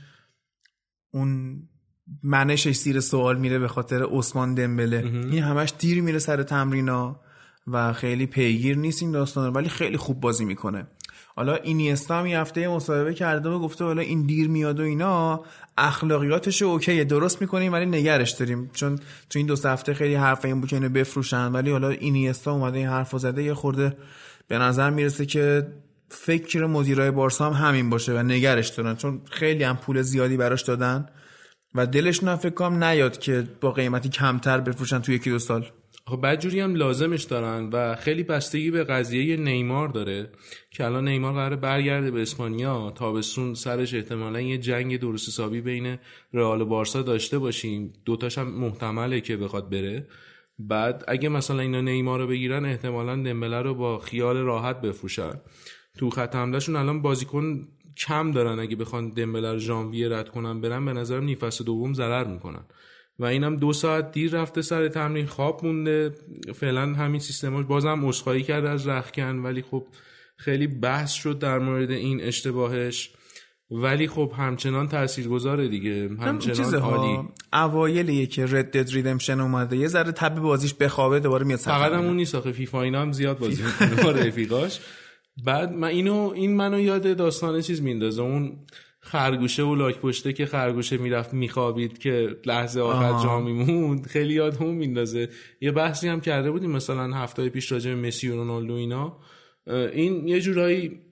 اون منشش زیر سوال میره به خاطر عثمان دمبله. این همش دیر میره سر تمرینا و خیلی پیگیر نیست این داستانا، ولی خیلی خوب بازی میکنه. حالا اینیستا هم یه هفته مصاحبه کرده و گفته حالا این دیر میاد و اینا اخلاقیاتش اوکیه، درست میکنیم ولی نگرش داریم، چون تو این 2 هفته خیلی حرف این بود که اینو بفروشن، ولی حالا اینیستا اومده این حرفو زده، یه خورده به نظر میرسه که فکر مدیرای بارسا هم همین باشه و نگرش دارن، چون خیلی هم پول زیادی براش دادن و دلشون هم فکر کنم نیاد که با قیمتی کمتر بفروشن تو 1-2 سال. خب بدجوری هم لازمش دارن و خیلی بستگی به قضیه نیمار داره که الان نیمار قراره برگرده به اسپانیا، تابستون سرش احتمالاً یه جنگ درست حسابی بین رئال و بارسا داشته باشیم، دوتاش هم محتمله که بخواد بره. بعد اگه مثلا اینا نیمار رو بگیرن احتمالاً دمبله رو با خیال راحت بفروشن. تو خط حملهشون الان بازیکن کم دارن، اگه بخوان دمبله رو ژانویه رد کنن برن به نظرم نیم فصل دوم ضرر میکنن و اینم 2 ساعت دیر رفته سر تمرین، خواب مونده. فعلا همین سیستماش بازم عذرخواهی کرده از رختکن، ولی خب خیلی بحث شد در مورد این اشتباهش، ولی خب همچنان تاثیرگذاره دیگه، همچنان عالی. اوایلیه که رد دد ریدمشن اومده یه ذره تب بازیش بخوابه دوباره میاد سر. فقط همون نیست آخه فیفا اینا هم زیاد بازی میکنه با رفیقاش. بعد این منو یاد داستان چیز میندازه، اون خرگوشه و لاک پشته که خرگوشه میرفت میخوابید که لحظه آخر جا میموند، خیلی یادمون میندازه. یه بحثی هم کرده بودیم مثلا هفته پیش راجع به مسی و رونالدو اینا. این یه جورایی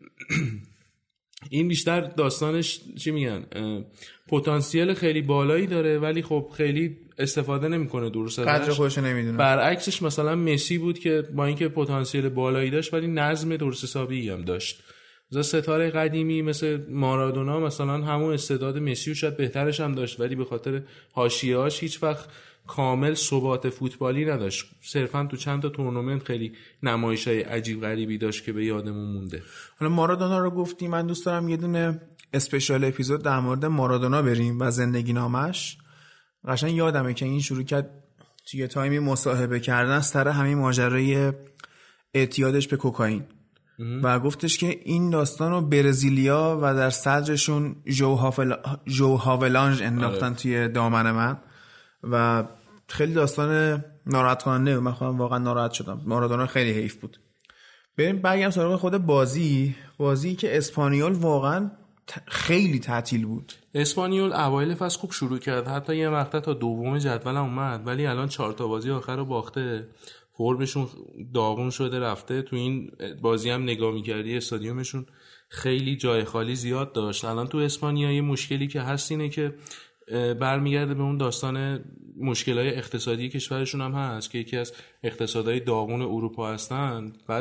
این بیشتر داستانش چی میگن پتانسیل خیلی بالایی داره ولی خب خیلی استفاده نمیکنه، درست قدر خودش نمیدونه. برعکسش مثلا مسی بود که با اینکه پتانسیل بالایی داشت ولی نظم درست حسابی هم داشت. مثلا ستاره قدیمی مثل مارادونا مثلا همون استعداد مسی رو شاید بهترش هم داشت ولی به خاطر حاشیه‌هاش هیچ وقت کامل ثبات فوتبالی نداشت، صرفا تو چند تا تورنمنت خیلی نمایشای عجیب غریبی داشت که به یادمون مونده. حالا مارادونا رو گفتی، من دوست دارم یه دونه اسپشیال اپیزود در مورد مارادونا بریم و زندگی نامش. قشنگ یادمه که این شروع کرد توی تایمی مصاحبه کردن سر همین ماجرای اعتیادش به کوکائین و گفتش که این داستان رو برزیلیا و در صدرشون جو هاولانژ انداختن توی دامن من و خیلی داستان ناراحت کننده. من خودم واقعا ناراحت شدم. مارادونا خیلی حیف بود. بریم سراغ خود بازی که اسپانیول واقعا خیلی تعطیل بود. اسپانیول اوایل فصل خوب شروع کرد، حتی یه مقطع تا دوم جدول اومد، ولی الان 4 تا بازی آخر رو باخته، فرمشون داغون شده رفته. تو این بازی هم نگاه می‌کردی استادیومشون خیلی جای خالی زیاد داشت. الان تو اسپانیا یه مشکلی که هست اینه که برمیگرده به اون داستان مشکلات اقتصادی کشورشون هم هست که یکی از اقتصادهای داغون اروپا هستن. بعد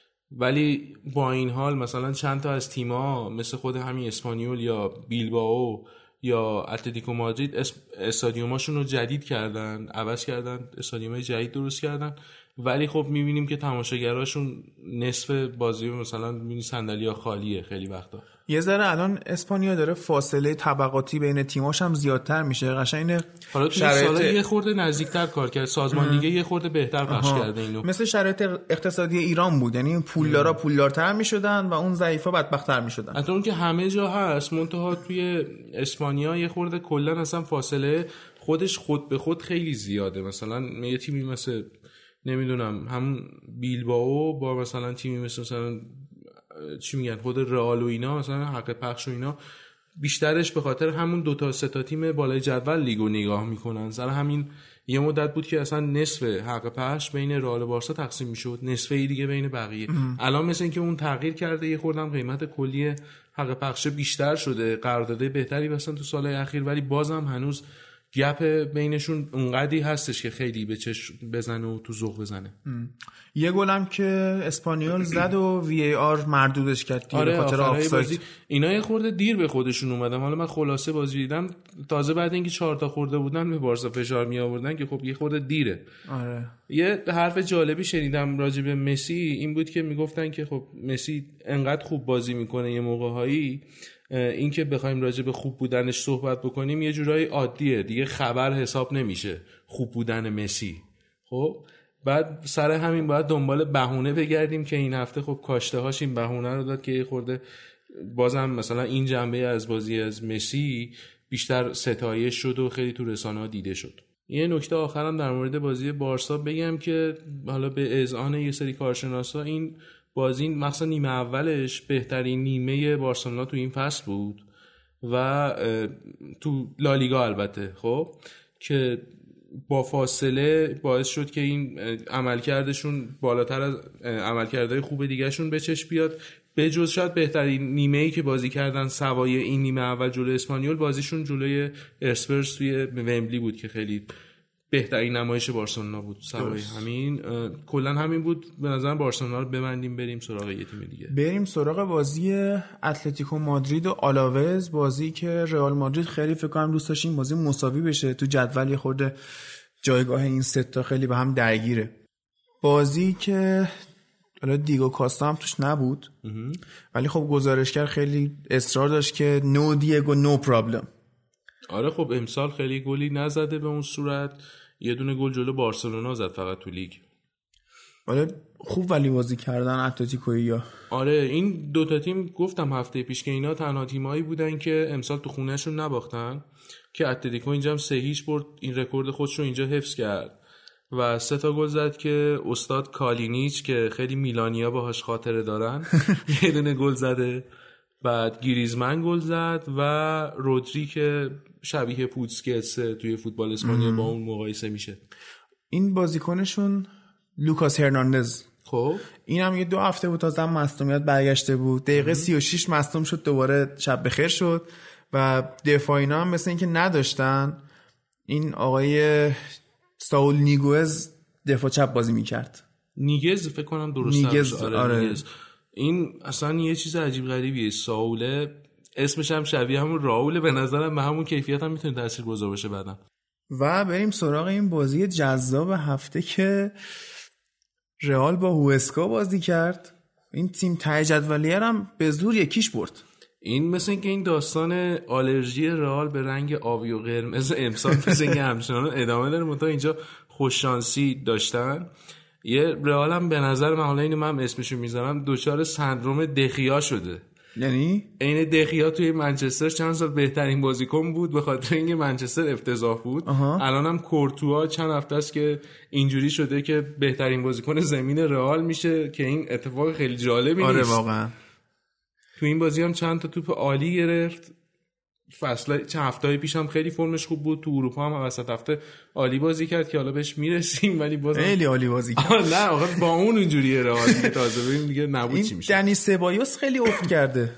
ولی با این حال مثلا چند تا از تیم‌ها مثل خود همین اسپانیول یا بیلبائو یا اتلتیکو مادرید استادیوماشون رو جدید کردن، عوض کردن، استادیومای جدید درست کردن، ولی خب می‌بینیم که تماشاگراشون نصف بازی مثلا می‌بینی صندلی‌ها خالیه خیلی وقتا. یه ذره الان اسپانیا داره فاصله طبقاتی بین تیماش هم زیادتر میشه. قشنگ حالا تو سالا یه خورده نزدیکتر کار کرد، سازمان لیگ یه خورده بهتر پخش کرده اینو. مثل شرایط اقتصادی ایران بود، یعنی پولدارا پولدارتر میشدن و اون ضعیفا بدبخت‌تر میشدن. حتی اون که همه جا هست، منتها توی اسپانیا یه خورده کلا اصلا فاصله خودش خود به خود خیلی زیاده. مثلا یه تیمی مثل نمیدونم همون بیلبائو با مثلا تیمی مثلا چی میگن خود رئال و اینا مثلا حق پخش و اینا بیشترش به خاطر همون 2 تا 3 تا تیم بالای جدول لیگو نگاه میکنن. سر همین یه مدت بود که اصلا نصف حق پخش بین رئال و بارسا تقسیم میشد، نصفی دیگه بین بقیه. الان مثلا اینکه اون تغییر کرده، یه خوردم قیمت کلی حق پخش بیشتر شده، قرارداد بهتری بستن تو سالهای اخیر، ولی بازم هنوز گپ بینشون اونقدی هستش که خیلی به چشم بزنه و تو ذوق بزنه. یه گلم که اسپانیول زد و وی ای آر مردودش کرد به خاطر آفساید. اینا یه خورده دیر به خودشون اومدن. حالا من خلاصه بازی دیدم، تازه بعد اینکه 4 تا خورده بودن به بارسا فشار می آوردن که خب یه خورده دیره. آره. یه حرف جالبی شنیدم راجع به مسی، این بود که میگفتن که خب مسی انقدر خوب بازی میکنه یه موقع‌هایی این که بخوایم راجع به خوب بودنش صحبت بکنیم یه جورایی عادیه دیگه، خبر حساب نمیشه خوب بودن مسی. خب بعد سر همین باید دنبال بهونه بگردیم که این هفته خب کاشته هاش این بهونه رو داد که یه خورده بازم مثلا این جنبه از بازی از مسی بیشتر ستایش شد و خیلی تو رسانه‌ها دیده شد. یه نکته آخرم در مورد بازی بارسا بگم که حالا به اذعان یه سری کارشناسا این بازی مثلا نیمه اولش بهترین نیمه بارسلونا تو این فصل بود و تو لالیگا البته، خب که با فاصله باعث شد که این عملکردشون بالاتر از عملکردهای خوب دیگهشون به چشم بیاد. به جز شاید بهترین نیمه‌ای که بازی کردن سوای این نیمه اول جلوی اسپانیول، بازیشون جلوی اسپرس توی ومبلی بود که خیلی بهترین نمایش بارسلونا بود. سوای همین کلا همین بود. به نظر بارسلونا رو ببندیم بریم سراغ یه تیم دیگه. بریم سراغ بازی اتلتیکو مادرید و آلاوز، بازی که رئال مادرید خیلی فکر کنم دوست داشت این بازی مساوی بشه. تو جدول خورده جایگاه این سه تا خیلی به هم درگیره. بازی که حالا دیگو کاستا هم توش نبود ولی خب گزارشگر خیلی اصرار داشت که نو دیگو نو پرابلم. آره خب امسال خیلی گلی نزده به اون صورت، یه دونه گل جلو بارسلونا زد فقط تو لیگ. آره خوب ولی بازی کردن اتلتیکویا. آره این دوتا تیم گفتم هفته پیش که اینا تنها تیمایی بودن که امسال تو خونهشون نباختن، که اتلتیکو اینجا هم 3-0 برد، این رکورد خودش رو اینجا حفظ کرد و 3 تا گل زد که استاد کالینیچ که خیلی میلانیا باهاش خاطره دارن یه دونه گل زده، بعد گریزمن گل زد و رودری که شبیه پوسکتس توی فوتبال اسپانیا با اون مقایسه میشه. این بازیکنشون لوکاس هرناندز، خب این هم یه 2 هفته بود تازه مصدومیت برگشته بود، دقیقه 36 مصدوم شد، دوباره شب بخیر شد و دفاع اینا هم مثل این که نداشتن. این آقای ساول نیگوز دفاع چپ بازی میکرد. نیگز فکر کنم درست نیگز. آره. نیگز. این اصلا یه چیز عجیب غریبیه. ساوله اسمش هم شبیه همون راوله، به نظرم به همون کیفیت هم میتونه تاثیرگذار باشه بعدم. و بریم سراغ این بازی جذاب هفته که رئال با هوسکا بازی کرد. این تیم ته جدولیه هم به زور یکیش برد. این مثل اینکه این داستان آلرژی رئال به رنگ آبی و قرمز امسال مثل اینکه همچنان ادامه داره، منتها اینجا خوششانسی داشتن. یه رئال هم به نظر من، حالا اینو من اسمشو میذارم، دچار سندروم دخیا شده. یعنی این دخیا توی منچستر چند سال بهترین بازیکن بود به خاطر اینکه منچستر افتضاح بود. الانم کورتوا چند هفته است که اینجوری شده که بهترین بازیکن زمین رئال میشه که این اتفاق خیلی جالبی نیست. آره واقعا. تو این بازی هم چند تا توپ عالی گرفت. فصل چند هفته‌های پیش هم خیلی فرمش خوب بود. تو اروپا هم وسط هفته عالی بازی کرد که حالا بهش میرسیم، ولی باز خیلی عالی بازی کرد. نه آقا با اون اینجوریه رئال دیگه تازه ببین دیگه نبود چی میشه. دنی سبایوس خیلی افت کرده.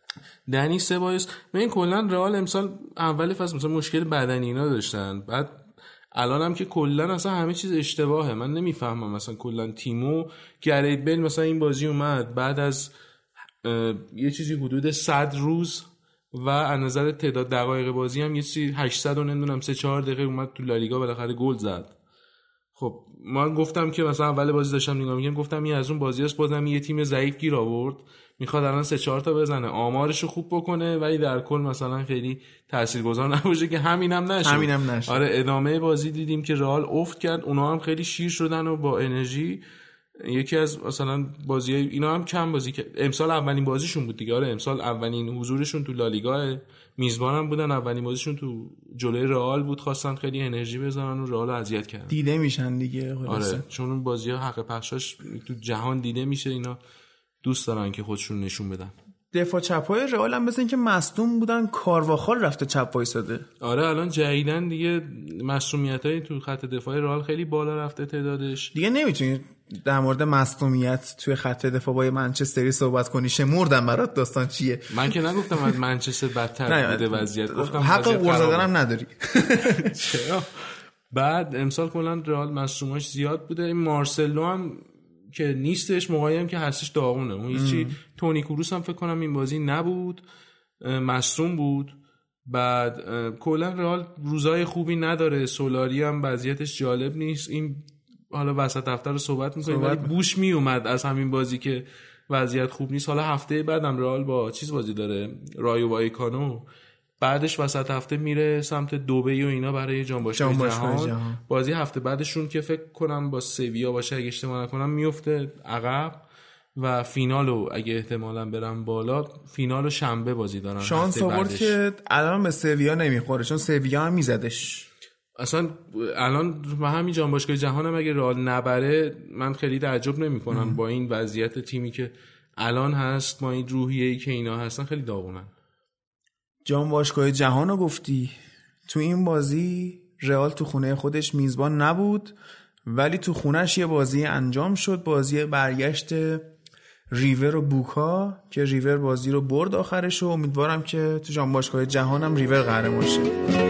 دنی سبایوس ببین کلا رئال امسال اول فصل مثلا مشکل بدنی اینا داشتن، بعد الان هم که کلا اصلا همه چیز اشتباهه. من نمیفهمم مثلا کلا تیمو گرید بیل مثلا این بازی اومد بعد از یه چیزی حدود 100 روز و از نظر تعداد دقایق بازی هم یه چیزی 800 و نمیدونم 3-4 دقیقه اومد تو لالیگا بالاخره گل زد. خب من گفتم که مثلا اول بازی داشتم نگاه می‌کردم گفتم این از اون بازیاست، بازم یه تیم ضعیف گیر آورد میخواد الان 3-4 تا بزنه آمارشو خوب بکنه ولی در کل مثلا خیلی تاثیرگذار نباشه که همینم نشد. آره ادامه بازی دیدیم که رئال افت کرد، اونا هم خیلی شیر شدن و با انرژی. یکی از مثلا بازیای اینا هم کم بازی که امسال اولین بازیشون بود دیگه. آره امسال اولین حضورشون تو لالیگا، میزبانم بودن، اولین بازیشون تو جلوی رئال بود، خواستن خیلی انرژی بزنن و رئال رو اذیت کردن. دیده میشن دیگه خلاص. آره چون اون بازی‌ها حق پخشش تو جهان دیده میشه، اینا دوست دارن که خودشون نشون بدن. دفاع چپای رئال هم مثل اینکه مصدوم بودن، کارواخال رفته چپ وایساده. آره الان جدیدن دیگه مصدومیتای تو خط دفاع رئال خیلی بالا رفته تعدادش. دیگه نمیتونی در مورد مصدومیت توی خط دفاع با منچستری صحبت کنی. شمردم برات داستان چیه. من که نگفتم از منچستر بدتر بوده وضعیت، گفتم حق قرض دادنم نداری. چرا؟ بعد امسال کلا رئال مصدوماش زیاد بوده. این مارسلو هم که نیستش، موقعی هم که هستش داغونه. اون هیچی. تونی کروس هم فکر کنم این بازی نبود، مصدوم بود. بعد کلا رئال روزای خوبی نداره. سولاری هم وضعیتش جالب نیست. این حالا وسط هفته رو صحبت می‌کنیم ولی بوش می اومد از همین بازی که وضعیت خوب نیست. حالا هفته بعدم رئال با چیز بازی داره، رایو وایکانو. بعدش وسط هفته میره سمت دوبی و اینا برای جام باشگاه جهان. بازی هفته بعدشون که فکر کنم با سویا باشه اگه اشتباه نکنم میفته عقب و فینالو اگه احتمالاً برن بالا فینالو شنبه بازی دارن. شانس آورد که الان به سویا نمیخوره چون سویا هم میزدش. اصلا الان با همین جام باشگاه جهان هم اگه رئال نبره من خیلی تعجب نمی‌کنم با این وضعیت تیمی که الان هست، با این روحیه‌ای که اینا هستن خیلی داغونن. جام باشگاه جهان رو گفتی، تو این بازی رئال تو خونه خودش میزبان نبود ولی تو خونش یه بازی انجام شد، بازی برگشت ریور و بوکا که ریور بازی رو برد آخرش و امیدوارم که تو جام باشگاه جهان هم ریور قهرمان شه.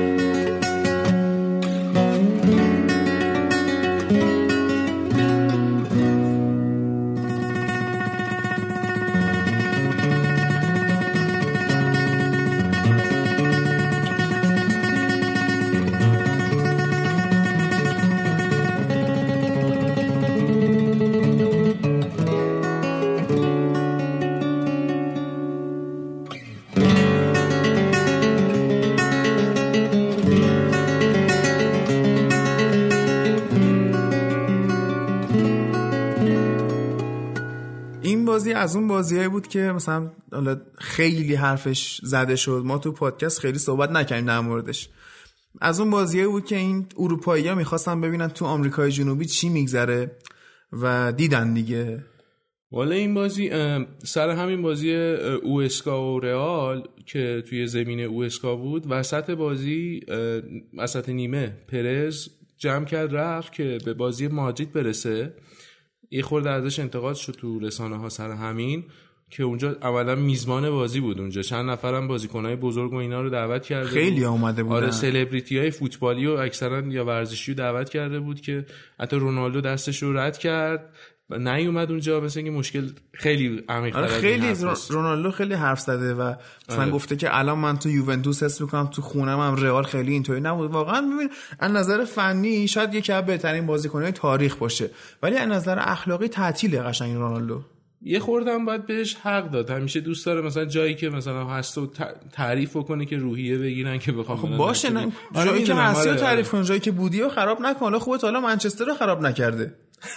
از اون بازیایی بود که مثلا خیلی حرفش زده شد، ما تو پادکست خیلی صحبت نکردیم در موردش. از اون بازیایی بود که این اروپایی‌ها می‌خواستن ببینن تو آمریکای جنوبی چی میگذره و دیدن دیگه. والا این بازی سر همین بازی اوسکا و رئال که توی زمین اوسکا بود، وسط بازی وسط نیمه پرز جمع کرد رفت که به بازی مادرید برسه. یه خورده ازش انتقاد شد تو رسانه‌ها سر همین که اونجا اولا میزبان بازی بود، اونجا چند نفرم بازیکن‌های بزرگ و اینا رو دعوت کرده، خیلی اومده بودن. آره سلبریتی‌های فوتبالی و اکثرا یا ورزشی رو دعوت کرده بود که حتی رونالدو دستش رو رد کرد و نیومد اونجا. مثلا این مشکل خیلی عمیق‌تر از خیلی رونالدو خیلی حرف زده و مثلا گفته که الان من تو یوونتوس حس می‌کنم تو خونم هم رئال خیلی اینطوری نبود. واقعا ببین از نظر فنی شاید یکی از بهترین بازیکن‌های تاریخ باشه ولی از نظر اخلاقی تعطیله قشنگ رونالدو. یه خوردم باید بهش حق داد. همیشه دوست داره مثلا جایی که مثلا هست و تعریف کنه که روحیه بگیرن که بخوام. خب باشه نه جایی که هستی رو تعریف کن، جایی که بودی رو خراب نکن. خوبه حالا منچستر رو خراب نکرده.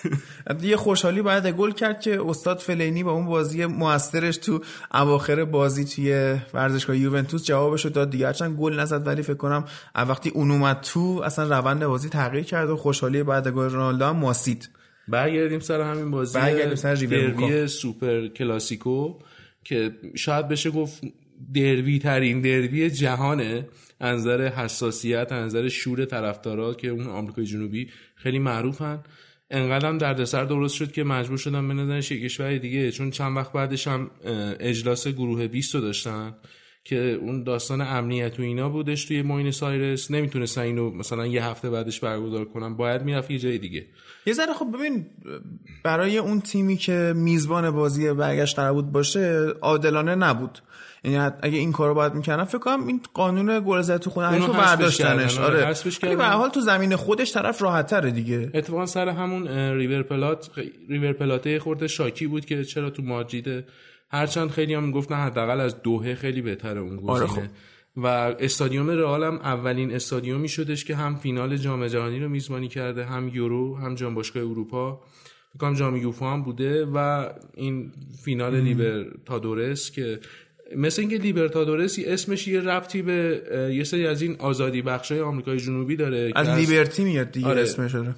یه خوشحالی بعد گل کرد که استاد فلینی با اون بازی موثرش تو اواخر بازی توی ورزشگاه یوونتوس جوابشو داد دیگه، هرچند گل نزد ولی فکر کنم وقتی اون اومد تو اصلا روند بازی تغییر کرد و خوشحالی بعد گل رونالدو هم ماسید. برگردیم سر همین بازی دربی سوپر کلاسیکو که شاید بشه گفت دربی ترین دربی جهانه، از نظر حساسیت، از نظر شور طرفدارا که اون آمریکای جنوبی خیلی معروفن. انقدرم دردسر درست شد که مجبور شدم بنازنش یک کشور دیگه، چون چند وقت بعدش هم اجلاس گروه 20 رو داشتن که اون داستان امنیت و اینا بودش توی بوئنوس آیرس، نمیتونستن اینو مثلا یه هفته بعدش برگزار کنن، باید میرفت یه جای دیگه. یه ذره خب ببین برای اون تیمی که میزبان بازی برگشت قرار بود باشه عادلانه نبود، یعنی اگه این کارو باید میکردن فکر کنم این قانون گل زد تو خونه رو برداشتنش. آره ولی به هر حال تو زمین خودش طرف راحت‌تره دیگه. اتفاقا سر همون ریور پلاته خورده شاکی بود که چرا تو مادرید، هرچند خیلی هم گفتن حداقل از دوحه خیلی بهتره اون گزینه. آره خب. و استادیوم رئال هم اولین استادیومی شدش که هم فینال جام جهانی رو میزبانی کرده، هم یورو، هم جام باشگاه اروپا، فکر کنم جام یوفا هم بوده و این فینال لیبرتادورس که مثل اینکه لیبرتادورس اسمش یه ربطی به یه سری از این آزادی بخشای آمریکای جنوبی داره، از لیبرتی میاد دیگه. آره. اسمش رو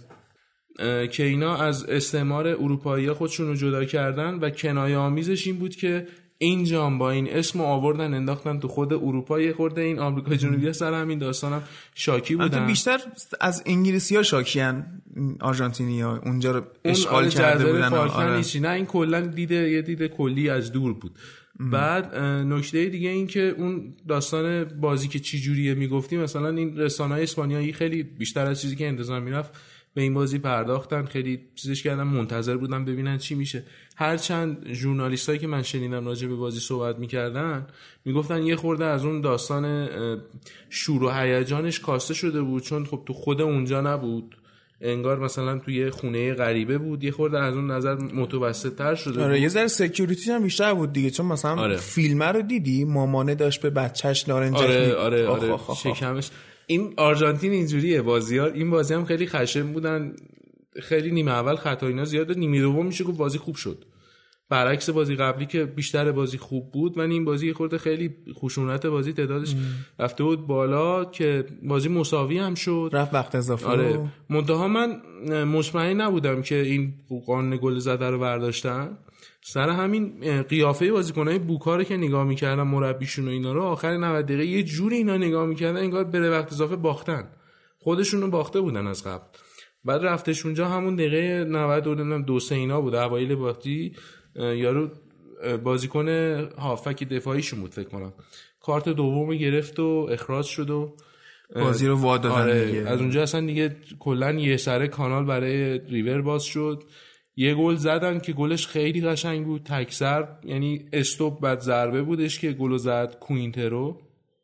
که اینا از استعمار اروپایی‌ها خودشون رو جدا کردن و کنایه آمیزش این بود که این جام با این اسم آوردن انداختن تو خود اروپا، یه خورده این آمریکای جنوبی سر همین داستانم شاکی بودن. بیشتر از انگلیسی‌ها شاکیان، آرژانتینی‌ها اونجا رو اشغال کرده بودن. آره. نه این کلا یه دید کلی از دور بود. بعد نکته دیگه این که اون داستان بازی که چی جوریه میگفتیم، مثلا این رسانه‌های اسپانیایی خیلی بیشتر از چیزی که انتظار میرفت به این بازی پرداختن، خیلی چیزش کردن، منتظر بودن ببینن چی میشه. هرچند ژورنالیستایی که من شنیدم راجع به بازی صحبت میکردن میگفتن یه خورده از اون داستان شور و هیجانش کاسته شده بود، چون خب تو خود اونجا نبود، انگار مثلا توی خونه غریبه بود، یه خورده از اون نظر متوسط‌تر شده. آره یه ذره سکیوریتی هم بیشتر بود دیگه، چون مثلا فیلم رو دیدی مامانه داشت به بچهش نارنجک. آره شکمش. این آرژانتین اینجوریه بازی‌ها، این بازی هم خیلی خشن بودن، خیلی نیمه اول خطا اینا زیاده، نیمه دوم میشه گفت بازی خوب شد، برعکس بازی قبلی که بیشتر بازی خوب بود. من این بازی خورده خیلی خشونت بازی تعدادش رفته بود بالا که بازی مساوی هم شد، رفت وقت اضافه. آره منتها من مطمئن نبودم که این قانون گل زده رو برداشتن، سر همین قیافه بازیکنای بوکاره که نگاه می‌کردم مربیشون و اینا رو آخر 90 دقیقه یه جوری اینا نگاه می‌کردن انگار بره وقت اضافه باختن، خودشون رو باخته بودن از قبل. بعد رفتش اونجا همون دقیقه 90 و 2-3 اینا بود اوایل بازی، یارو بازیکن هافک دفاعیشون بود فکر کنم کارت دومو گرفت و اخراج شد و بازی رو وادادن دیگه. از اونجا اصلا دیگه کلا یه سره کانال برای ریور باز شد. یه گل زدن که گلش خیلی قشنگ بود، تک ضرب، یعنی استوب بعد ضربه بودش که گلو زد کوینترو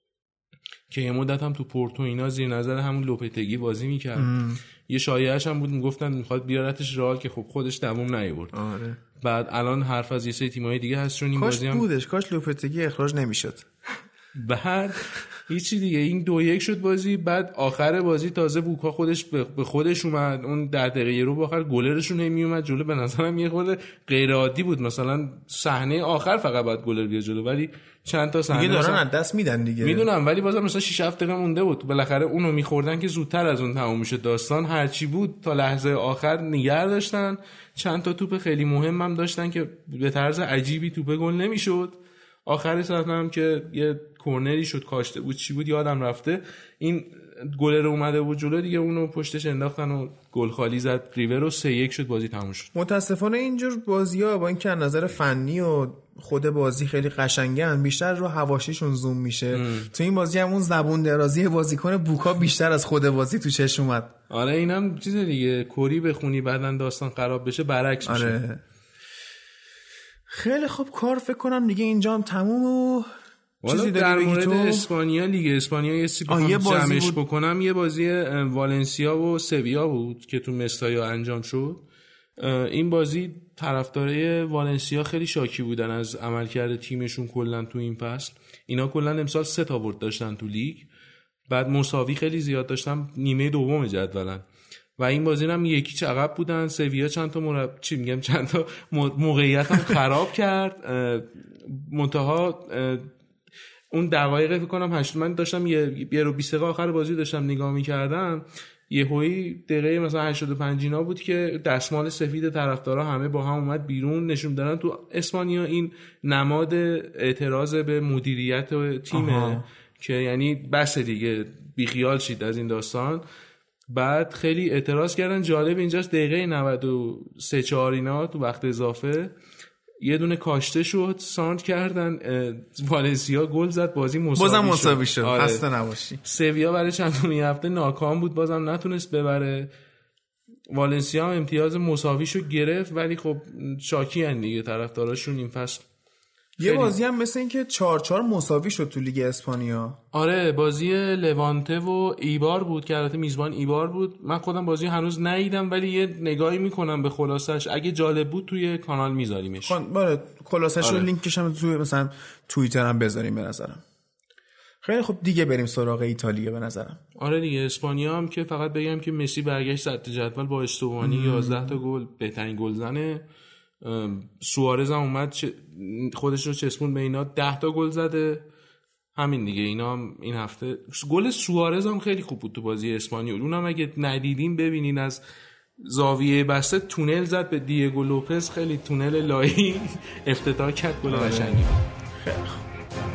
که یه مدت هم تو پورتو اینا زیر نظر همون لوپتگی بازی میکرد. یه شایعه‌اش هم بود میگفتن میخواد بیارتش رئال که خب خودش دوام نیاورد. آره. بعد الان حرف از یه سری تیم‌های دیگه هست چون این کاش بازی هم بودش، کاش لوپتگی اخراج نمیشد. بعد هیچی دیگه این 2-1 شد بازی. بعد آخر بازی تازه بوکا خودش به خودش اومد، اون 10 دقیقه رو آخر گلرشون نمی اومد جلو، به نظرم یه خورده غیر عادی بود، مثلا صحنه آخر فقط بعد گلر بیاد جلو، ولی چند تا صحنه دیگه دارن از دست میدن دیگه. میدونم ولی بازم مثلا 6-7 دقیقه مونده بود، بالاخره اونو می‌خوردن که زودتر از اون تموم میشه داستان. هرچی بود تا لحظه آخر نگه داشتن، چند تا توپ خیلی مهم هم داشتن که به طرز عجیبی توپ گل نمیشد. آخر صحنه هم که یه کورنری شد کاشته بود چی بود یادم رفته، این گلر اومده بود جلو دیگه اونو پشتش انداختن و گل خالی زد ریور و 3-1 شد بازی تموم شد. متاسفانه اینجور بازی‌ها با اینکه از نظر فنی و خود بازی خیلی قشنگن بیشتر رو حواشیشون زوم میشه. تو این بازی هم اون زبون درازی بازیکن بوکا بیشتر از خود بازی تو چشم اومد. آره اینم چیز دیگه، کوری بخونی بعدن داستان خراب بشه برعکس میشه. آره. خیلی خوب کار فکر کنم دیگه اینجا هم تموم و چیزی در مورد اسپانیا لیگ اسپانیا یه سی جمعش بکنم. یه بازی والنسیا و سویا بود که تو مستایا انجام شد. این بازی طرفدارای والنسیا خیلی شاکی بودن از عملکرد تیمشون کلا تو این فصل. اینا کلا امسال 3 تا برد داشتن تو لیگ، بعد مساوی خیلی زیاد داشتن نیمه دوم جدولن و این بازی هم 1-0 عقب بودن. سویا چند تا موقعیت هم خراب کرد. منتها اون دقایق فکر کنم 8 من داشتم یه رو 20 دقیقه آخر بازی داشتم نگاه می‌کردم، یهویی دقیقه مثلا 85 اینا بود که دستمال سفید طرفدارا همه با هم اومد بیرون، نشون دادن تو اسپانیا این نماد اعتراض به مدیریت تیمه که یعنی بس دیگه بیخیال شید از این داستان. بعد خیلی اعتراض کردن. جالب اینجاست دقیقه 93-4 اینا تو وقت اضافه یه دونه کاشته شد، ساند کردن، والنسیا گل زد، بازی مساوی شد. خسته نباشی. سویا برای چندمین هفته ناکام بود، بازم نتونست ببره. والنسیا هم امتیاز مساویشو گرفت، ولی خب شاکی ان دیگه طرفداراشون این فصل. یه بازی هم مثل این که 4-4 مساوی شد تو لیگ اسپانیا. آره بازی لوانته و ایبار بود که البته میزبان ایبار بود. من خودم بازی هنوز ندیدم ولی یه نگاهی میکنم به خلاصش، اگه جالب بود توی کانال میذاریمش. آره خلاصش رو لینکش هم توی مثلا توییتر هم بذاریم به نظرم. خیلی خب دیگه بریم سراغ ایتالیا به نظرم. آره دیگه اسپانیا هم که فقط بگم که مسی برگشت صدر جدول با استوانی 11 تا گل، بهترین گلزنه. سوارز هم اومد خودش رو چسبون به اینا، 10 تا گل زده. همین دیگه اینا هم این هفته گل سوارز هم خیلی خوب بود تو بازی اسپانیول. اونم اگه ندیدین ببینین، از زاویه بسته تونل زد به دیگو لوپز، خیلی تونل لایی افتتاح کرد، گل قشنگی. خیلی خوب.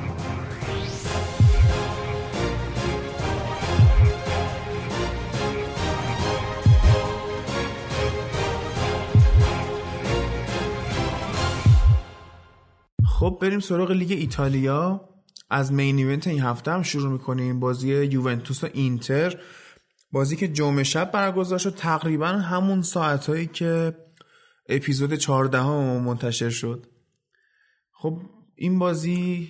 خب بریم سراغ لیگ ایتالیا. از مین ایونت این هفته هم شروع میکنیم، بازی یوونتوس و اینتر، بازی که جمعه شب برگزار شد، تقریبا همون ساعتایی که اپیزود 14 منتشر شد. خب این بازی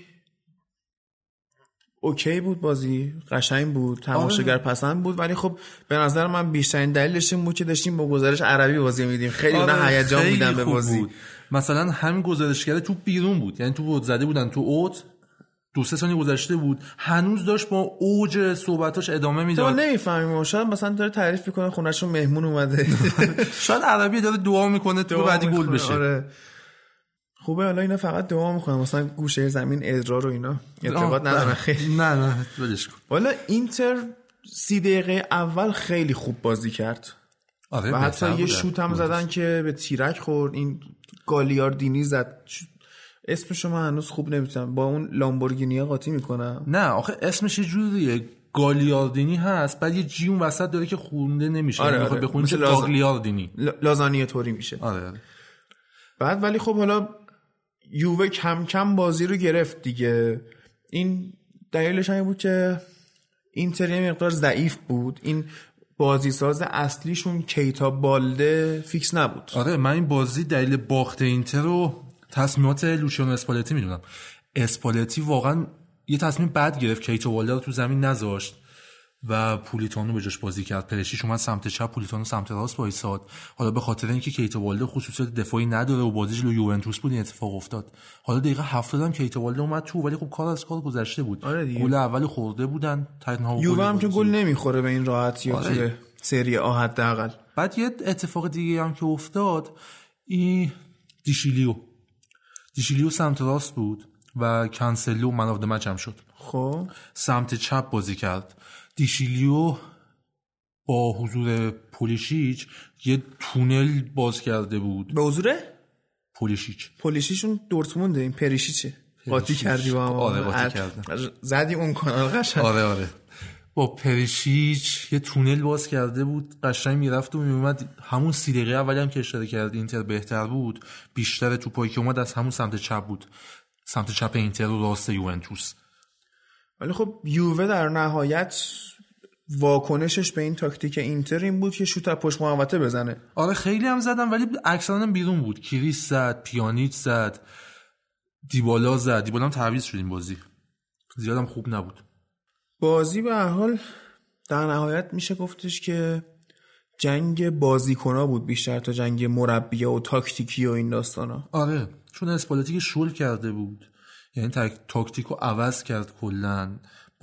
اوکی بود، بازی قشنگ بود، تماشاگر پسند بود، ولی خب به نظر من بیشترین دلیلش این بود که داشتیم با گزارش عربی بازی میدیم. خیلی اونا هیجان بودن به بازی بود. مثلا همین گزارشگر تو بیرون بود، یعنی تو بود زده بودن تو اوت 2-3 ثانیه گذشته بود، هنوز داشت با اوج صحبتاش ادامه میداد. تو نمیفهمیم، شاید مثلا داره تعریف میکنه خونه‌شون مهمون اومده شاید عربی داره دعا میکنه تو بعدی گل بشه. آره خوبه، حالا اینا فقط دعا میکنن، مثلا گوشه زمین ادرار رو اینا اعتقاد ندارن خیلی. نه ولش کن. والا اینتر 30 دقیقه اول خیلی خوب بازی کرد. آره و حتی یه شوت هم زدن که به تیرک خورد، این گالیاردینی زد، اسمشو من هنوز خوب نمیتونم، با اون لامبورگینی قاطی میکنم. نه آخه اسمش یه جوریه، گالیاردینی هست، بعد یه جی اون وسط داره که خونده نمیشه. آره میخواد بخونی چه گالیاردینی، لازانی طوری میشه. آره. بعد ولی خب حالا یووه کم کم بازی رو گرفت دیگه. این دلیلش همین بود که اینتر یه مقدار ضعیف بود، این بازی ساز اصلیشون کیتا بالده فیکس نبود. آره من این بازی دلیل باخت اینتر رو تصمیمات لوچیانو اسپالتی میدونم. اسپالتی واقعا یه تصمیم بد گرفت، کیتا بالده رو تو زمین نذاشت و پولیتانو به جاش بازی کرد. پرشیش اومد سمت چپ، پولیتانو سمت راست وایساد. حالا به خاطر اینکه کیتا بالده خصوصیت دفاعی نداره و بازیش جلوی یوونتوس بود این اتفاق افتاد. حالا دقیقه 70 هم کیتا بالده اومد تو، ولی خب کار از کار گذشته بود. آره گل اول خورده بودن تنها، یووه هم که گل نمیخوره به این راحتی یا توی سری آ حداقل. بعد یه اتفاق دیگه هم که افتاد، این دیشیلیو سمت راست بود و کانسلو من آف د مچ هم شد. خب سمت چپ بازی کرد. دیشیلیو با حضور پولیشیچ یه تونل باز کرده بود. به حضور پولیشیچون دورتمونده، این پریشیچه قاطی کردی با ما. آره قاطی کردم، زدی اون کانال قشنگ. آره با پریشیچ یه تونل باز کرده بود، قشنگ میرفت و میومد. همون 30 دقیقه اولی هم که اشاره کرد اینتر بهتر بود، بیشتر توپایی که اومد از همون سمت چپ بود، سمت چپ اینتر و راست یوونتوس. ولی خب یووه در نهایت واکنشش به این تاکتیک اینتر این بود که شوت از پشت محوطه بزنه. آره خیلی هم زدن ولی اکثرا بیرون بود. کریس زد، پیانیچ زد، دیبالا زد. دیبالا هم تعویض شد این بازی، زیادم خوب نبود. بازی به هر حال در نهایت میشه گفتش که جنگ بازیکن‌ها بود بیشتر تا جنگ مربی‌ها و تاکتیکی و این داستانا. آره چون اسپالتی که شل کرده بود، یعنی تاکتیکو عوض کرد کلاً،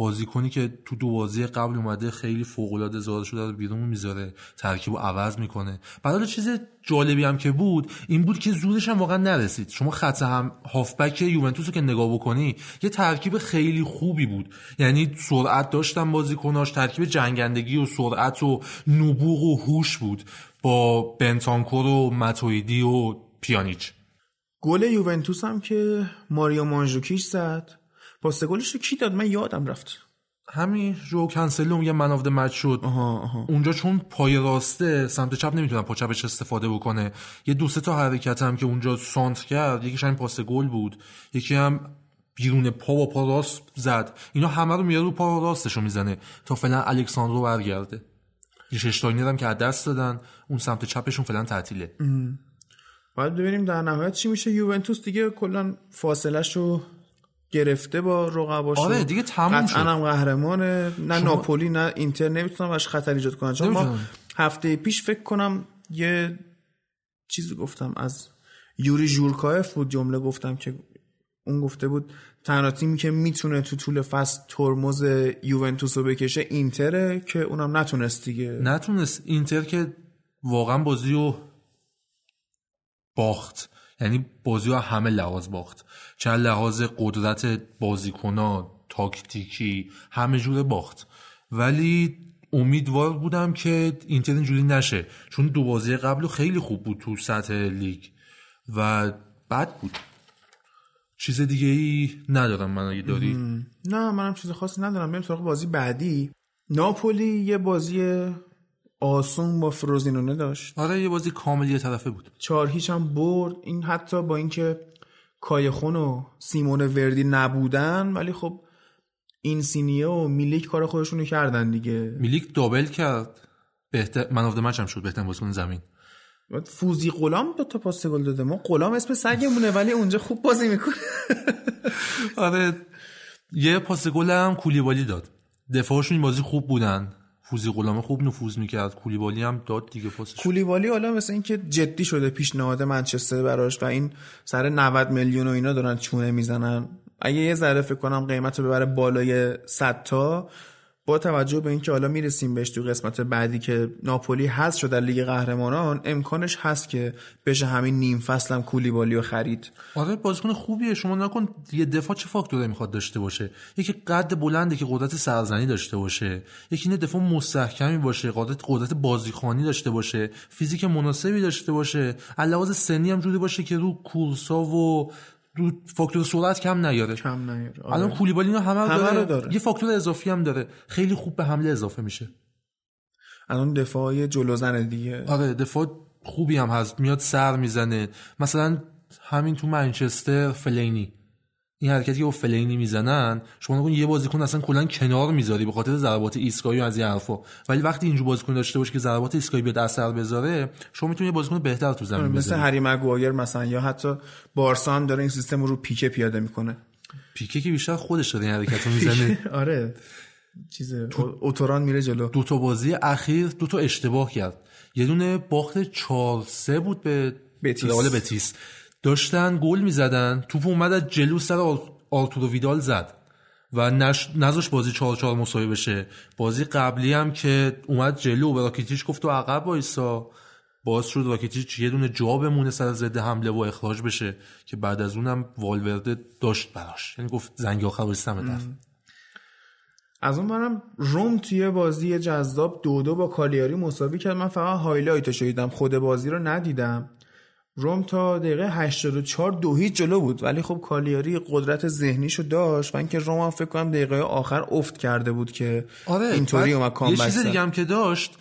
بازیکنی که تو 2 بازی قبل اومده خیلی فوق‌العاده ظاهر شده رو بیرون میذاره، ترکیبو عوض میکنه. بعد چیز جالبی هم که بود این بود که زورش هم واقعا نرسید. شما خط هم هافبک یوونتوس رو که نگاه بکنی یه ترکیب خیلی خوبی بود، یعنی سرعت داشتن بازیکناش، ترکیب جنگندگی و سرعت و نبوغ و هوش بود با بنتانکور و ماتویدی و پیانیچ. گل یوونتوس هم که ماریو مانجوکیچ زد، پاس گلش رو کی داد من یادم رفت. همین جو کنسلو میگه من آف د مچ شد. اونجا چون پای راسته سمت چپ نمیتونن پا چپش استفاده بکنه، یه 2-3 تا حرکت هم که اونجا سانتر کرد، یکیش همین پاس گل بود، یکی هم بیرون پا با پا راست زد. اینا همه رو میاره رو پا راستشو میزنه تا فعلا الکساندرو برگرده. لیشتاینر هم که از دست دادن، اون سمت چپشون فعلا تعطیله. باید ببینیم در نهایت چی میشه. یوونتوس دیگه کلا فاصله‌شو گرفته با رقباشو. آره دیگه تموم شد. قطعاً هم قهرمانه. نه ناپولی نه اینتر نمیتونن باش خطر ایجاد کنن. چون ما هفته پیش فکر کنم یه چیزی گفتم از یوری ژورکایف بود، جمله گفتم که اون گفته بود تنها تیمی که میتونه تو طول فصل ترمز یوونتوس رو بکشه اینتره، که اونم نتونست دیگه. نتونست. اینتر که واقعا بازی رو باخت، یعنی بازی رو همه لحاظ باخت، چه لحاظ قدرت بازیکن‌ها، تاکتیکی، همه جوره باخت. ولی امیدوار بودم که اینتر اینجوری نشه، چون 2 بازی قبل خیلی خوب بود تو سطح لیگ و بد بود. چیز دیگه ای ندارم من. اگه داری؟ نه منم چیز خاصی ندارم. بریم سراغ بازی بعدی. ناپولی یه بازی آسون با فروزینونه داشت. آره یه بازی کامل یه طرفه بود. 4-0 هم برد. این حتی با اینکه کایخون و سیمون وردی نبودن، ولی خب این سینیه و میلیک کار خودشونو کردن دیگه. میلیک دابل کرد، من آف د مچ هم شد، بهترین بازیکن زمین. فوزی غلام 2 تا پاس گل داده. ما غلام اسم سگمونه ولی اونجا خوب بازی میکنه. آره یه پاس گل هم کولیبالی داد. دفاعشون این بازی خوب بودن. فوزی غلام خوب نفوذ میکرد، کولیبالی هم داد دیگه پاسش. کولیبالی حالا مثل این که جدی شده پیشنهاد منچستر براش و این سر 90 میلیون و اینا دارن چونه میزنن. اگه یه ذره فکر کنم قیمت رو ببره بالای 100 تا، با توجه به اینکه حالا میرسیم بهش تو قسمت بعدی که ناپولی حذف شد در لیگ قهرمانان، امکانش هست که بشه همین نیم فصل هم کولیبالی رو خرید. آره بازیکن خوبیه. شما نکن یه دفاع چه فاکتوری میخواد داشته باشه؟ یکی قد بلنده که قدرت سرزنی داشته باشه، یکی نه دفاع مستحکمی باشه، قدرت بازیخوانی داشته باشه، فیزیک مناسبی داشته باشه، علاوه سنی هم جوری باشه که رو کورسا و رو فاکتور سرعت کم نیاره. آره. الان کولیبالی اینا همه رو داره. یه فاکتور اضافی هم داره، خیلی خوب به حمله اضافه میشه. الان دفاع جلوزن دیگه. آره دفاع خوبی هم هست، میاد سر میزنه. مثلا همین تو منچستر فلینی، این حرکتی که با فلینی میزنن، شما نگون یه بازیکن اصلا کلا کنار میذاری به خاطر ضربات ایستگاهی و از این حرفا، ولی وقتی اینجور بازیکن داشته باشی که ضربات ایستگاهی بیاد اثر بذاره، شما میتونی یه بازیکن بهتر تو زمین بذاری. مثل هری مگوایر مثلا، یا حتی بارسا هم داره این سیستم رو پیکه پیاده میکنه. پیکه که بیشتر خودش داره این حرکتو میزنه. آره اوتوران میره جلو. 2 تا بازی اخیر 2 تا اشتباه کرد. یه دونه باخت 4-3 بود به بتیس. داشتن گل میزدن، توپ اومد از جلو سر آرتورو ویدال زد و نذاش بازی 4-4 مساوی بشه. بازی قبلی هم که اومد جلو به راکیتیچ گفت تو عقب وایسا، باز شد راکیتیچ یه دونه جا بمونه سر ضد حمله و اخراج بشه که بعد از اونم والورده داشت براش، یعنی گفت زنگ آخر رسیدم طرف. از اون برم روم توی بازی جذاب 2-2 با کالیاری مساوی کرد. من فقط هایلایتش دیدم، خود بازی رو ندیدم. روم تا دقیقه 84 2-0 جلو بود، ولی خب کالیاری قدرت ذهنیشو داشت و اینکه روم فکر کنم دقیقه آخر افت کرده بود که اینطوری اومد کامبک. یه چیز دیگه هم که داشت،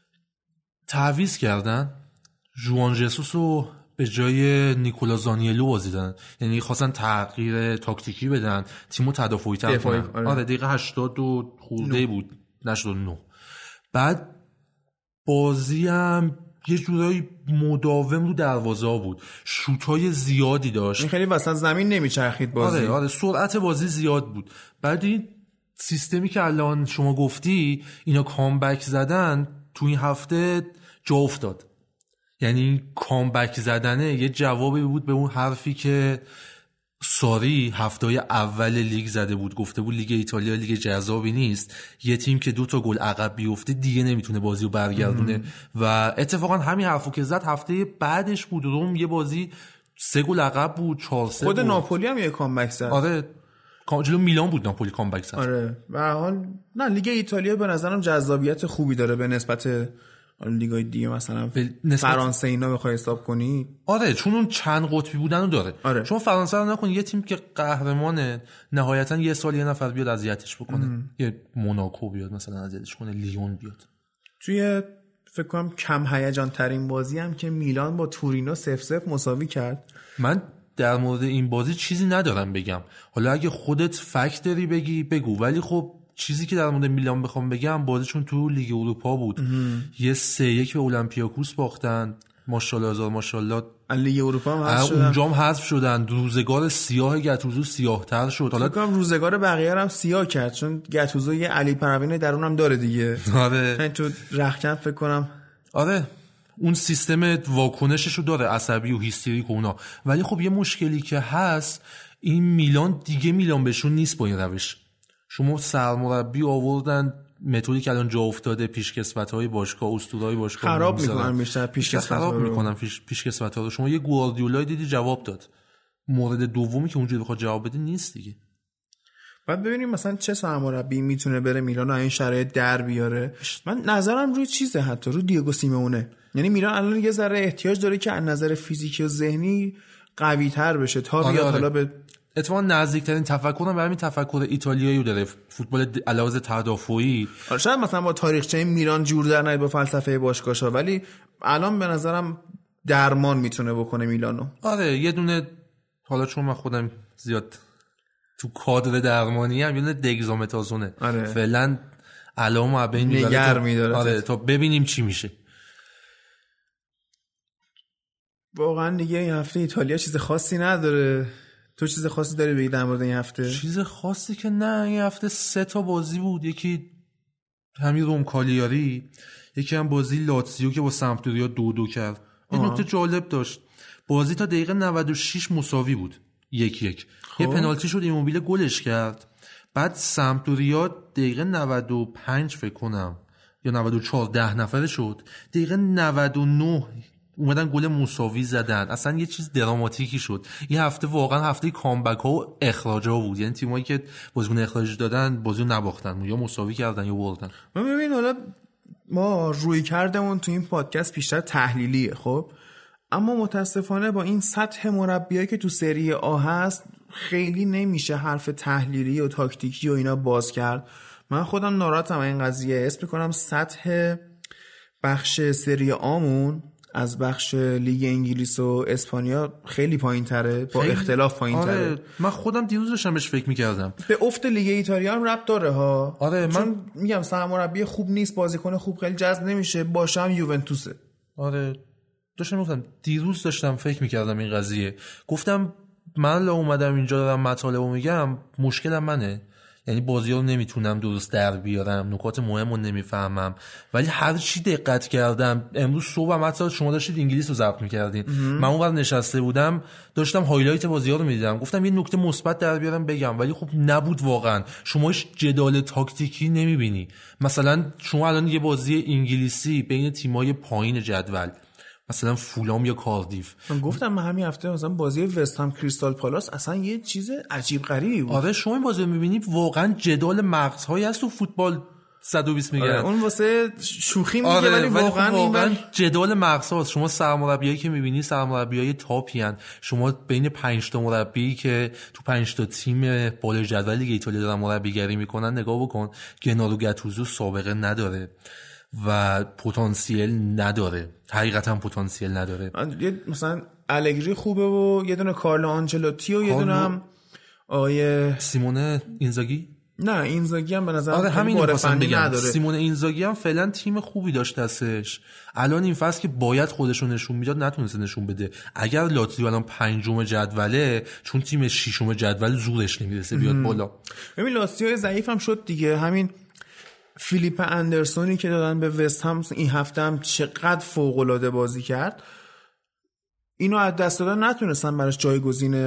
تعویض کردن ژوان ژسوس رو به جای نیکولا زانیلو بازی دادن، یعنی خواستن تغییر تاکتیکی بدن، تیمو تدافعی تر کنن. آره دقیقه 82 خورده بود، 89. بعد بازی هم یه جورایی مداوم رو دروازه بود، شوت‌های زیادی داشت، خیلی وسط زمین نمیچرخید بازی. آره سرعت بازی زیاد بود. بعد این سیستمی که الان شما گفتی اینا کامبک زدن تو این هفته جا افتاد، یعنی کامبک زدنه یه جوابی بود به اون حرفی که ساری هفته‌های اول لیگ زده بود، گفته بود لیگ ایتالیا لیگ جذابی نیست، یه تیم که 2 گل عقب بیفته دیگه نمیتونه بازی رو برگردونه و اتفاقا همین حرفو که زد هفته بعدش بود روم یه بازی 3 گل عقب بود 4-3 خود ناپولی هم یه کامبک زد. آره جلو میلان بود ناپولی کامبک زد. آره به هر حال نه لیگ ایتالیا به نظرم جذابیت خوبی داره به نسبت لیگای دیگه، مثلا فرانسه اینا بخوای حساب کنی. آره چون اون چند قطبی بودن رو داره. آره. چون فرانسه رو نکن یه تیم که قهرمانه نهایتا یه سال یه نفر بیاد اذیتش بکنه، یه موناکو بیاد مثلا اذیتش کنه، لیون بیاد. توی فکر کنم کم هیجان ترین بازی هم که میلان با تورینو 0-0 مساوی کرد. من در مورد این بازی چیزی ندارم بگم، حالا اگه خودت فکت داری بگی بگو، ولی خب چیزی که در مورد میلان بخوام بگم بازیشون تو لیگ اروپا بود. یه 3-1 به اولمپیاکوس باختن، ماشاءالله هزار ماشاءالله. لیگ اروپا هم حذف شدن، اونجا هم حذف شدن. روزگار سیاه گتوزو سیاه‌تر شد. حالا فکر کنم روزگار بقیه هم سیاه کرد، چون گتوزو یه علی پروین درون هم داره دیگه. آره تو رختکن فکر کنم. آره اون سیستم واکنششو داره، عصبی و هیستریک و اونا. ولی خب یه مشکلی که هست این میلان دیگه میلان بهشون نیست با این روش. شما سرمربی آوردن متدی که الان جا افتاده، پیشکسوت‌های باشگاه، اسطوره‌های باشگاه خراب میکنن، بیشتر پیشکسوت‌ها خراب میکنن پیشکسوت‌ها رو. شما یه گواردیولا دیدی جواب داد، مورد دومی که اونجوری بخواد جواب بده نیست دیگه. بعد ببینیم مثلا چه سرمربی میتونه بره میلان این شرایط در بیاره. من نظرم روی چیزه، حتی رو دیگو سیمونه. یعنی میلان الان یه ذره احتیاج داره که از نظر فیزیکی و ذهنی قوی تر بشه تا بیاد حالا به اتفاقا نزدیکترین تفکرم به همین تفکر ایتالیایی داره، فوتبال علاوه تدافعی. شاید مثلا با تاریخچه میلان جور در نیاد با فلسفه باشگاه‌ها، ولی الان به نظرم درمان میتونه بکنه میلانو. آره یه دونه، حالا چون من خودم زیاد تو کادر درمانی هم، یه دونه دگزامتازونه. آره. فعلا علامو بین نگر میداره. آره تا ببینیم چی میشه. واقعا دیگه این هفته ایتالیا چیز خاصی نداره. تو چیز خاصی داری بگی در مورد این هفته؟ چیز خاصی که نه، این هفته 3 بازی بود. یکی همین روم کالیاری، یکی هم بازی لاتزیو که با سمپدوریا 2-2 کرد. این نکته جالب داشت، بازی تا دقیقه 96 مساوی بود 1-1. یه پنالتی شد ایموبیل گلش کرد. بعد سمپدوریا دقیقه 95 فکر کنم یا 94 10 نفره شد، دقیقه 99 اومدن گل مساوی زدن. اصلا یه چیز دراماتیکی شد. این هفته واقعا هفته کامبک ها و اخراج ها بود، یعنی تیمایی که بازیکن اخراج دادن بازی رو نباختن، یا مساوی کردن یا بردن. من ببین حالا ما روی کردمون تو این پادکست بیشتر تحلیلیه، خب اما متاسفانه با این سطح مربیایی که تو سری آ هست خیلی نمیشه حرف تحلیلی و تاکتیکی و اینا باز کرد. من خودم ناراحتم این قضیه. اسم میکنم سطح بخش سری آمون از بخش لیگ انگلیس و اسپانیا خیلی پایین تره، با اختلاف پایین تره. آره من خودم دیروز داشتم بهش فکر میکردم. به افت لیگ ایتالیا هم ربط داره ها. آره من میگم سرمربی خوب نیست، بازیکن خوب خیلی جذب نمیشه، باشم یوونتوسه. آره داشتم گفتم دیروز داشتم فکر میکردم این قضیه، گفتم من لا اومدم اینجا دارم مطالبو میگم، مشکلم منه، یعنی بازی رو نمیتونم درست در بیارم، نکات مهم رو نمیفهمم، ولی هر چی دقت کردم. امروز صبح هم حتی شما داشتید انگلیس رو ضبط میکردین، من اونور نشسته بودم داشتم هایلایت بازی ها رو میدیدم، گفتم یه نکته مثبت در بیارم بگم، ولی خب نبود واقعا. شما جدال تاکتیکی نمیبینی. مثلا شما الان یه بازی انگلیسی بین تیمای پایین جدول، مثلا فولام یا کاردیف، من گفتم من همین هفته مثلا بازی وست هم کریستال پالاس اصلا یه چیز عجیب غریبی بود. آره شما این بازی رو می‌بینی واقعا جدال مغزهایی هست تو فوتبال 120 میگن. آره اون واسه شوخی میگه، ولی واقعا جدال مغزهاست. شما سرمربیایی که می‌بینی سرمربیای تاپی ان، شما بین 5 تا مربی که تو 5 تا تیم بالای جدول لیگ ایتالیا دارن مربیگری میکنن نگاه بکن. گنارو گاتوزو سابقه نداره و پتانسیل نداره، حقیقتا پتانسیل نداره. مثلا الگری خوبه و یه دونه کارلو آنچلوتی و یه دونه هم آقای سیمونه اینزاگی. نه اینزاگی هم به نظر آره همین فنی نداره. سیمونه اینزاگی هم فعلا تیم خوبی داشت دستش. الان این فصل که باید خودش رو نشون میداد نتونسته نشون بده. اگر لاتزیو الان 5م جدوله، چون تیم 6م جدول زورش نمیرسه بیاد بالا. ببین لاتزیو ضعیف هم شد دیگه. همین فیلیپ اندرسونی که دادن به وست هم این هفته هم چقدر فوق‌العاده بازی کرد، اینو از دست دادن نتونستن براش جایگزین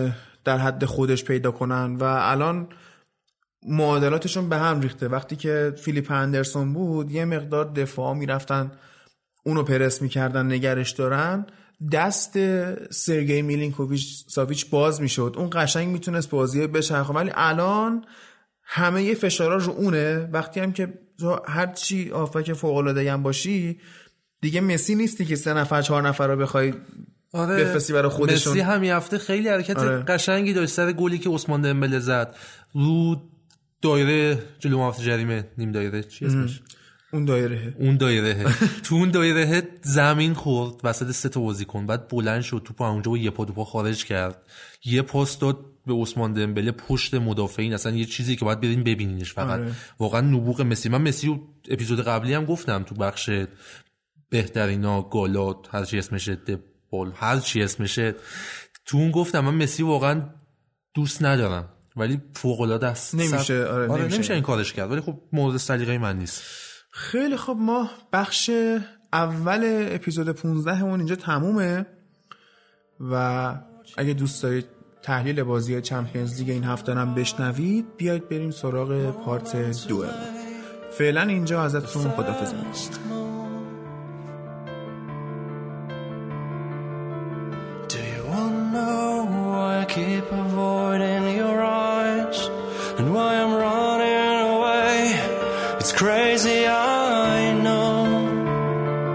در حد خودش پیدا کنن و الان معادلاتشون به هم ریخته. وقتی که فیلیپ اندرسون بود یه مقدار دفاع میرفتن اونو پرس میکردن نگرش دارن، دست سرگئی میلینکوویچ ساویچ باز میشد، اون قشنگ میتونست بازی بچرخه. ولی الان همه یه فشارا رو اونه. وقتی هم که هر چی آفک فوق العاده هم باشی دیگه مسی نیستی که 3 نفر 4 نفر رو بخوای بفرستی برای خودشون. مسی همین هفته خیلی حرکت قشنگی داشت سر گلی که عثمان دمبله زد رو دایره جلو محوطه جریمه، نیم دایره چی اسمش؟ اون دایره تو اون دایره زمین خورد وسط 3 تا بازیکن، بعد بلند شد توپو اونجا با یه پا خارج کرد، یه پاس داد به عثمان دمبله پشت مدافعین. اصلا یه چیزی که باید برین ببینینش فقط. واقعا نبوغ مسی. من مسی رو اپیزود قبلی هم گفتم تو بخش بهترینا گالات هر چی اسمشه دبل هر چی اسمشه، تو اون گفتم من مسی واقعا دوست ندارم ولی فوق العاده است. نمیشه نمیشه این کارش کرد، ولی خب مورد سلیقه من نیست. خیلی خب، ما بخش اول اپیزود 15 مون اینجا تمومه و اگه دوست دارید تحلیل بازی چمپیونز لیگ این هفته هم بشنوید بیاید بریم سراغ پارت 2. فعلا اینجا ازتون خداحافظی می‌کنم. Keep avoiding your eyes and why I'm running away. It's crazy, I know.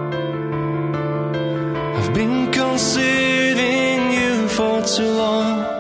I've been concealing you for too long.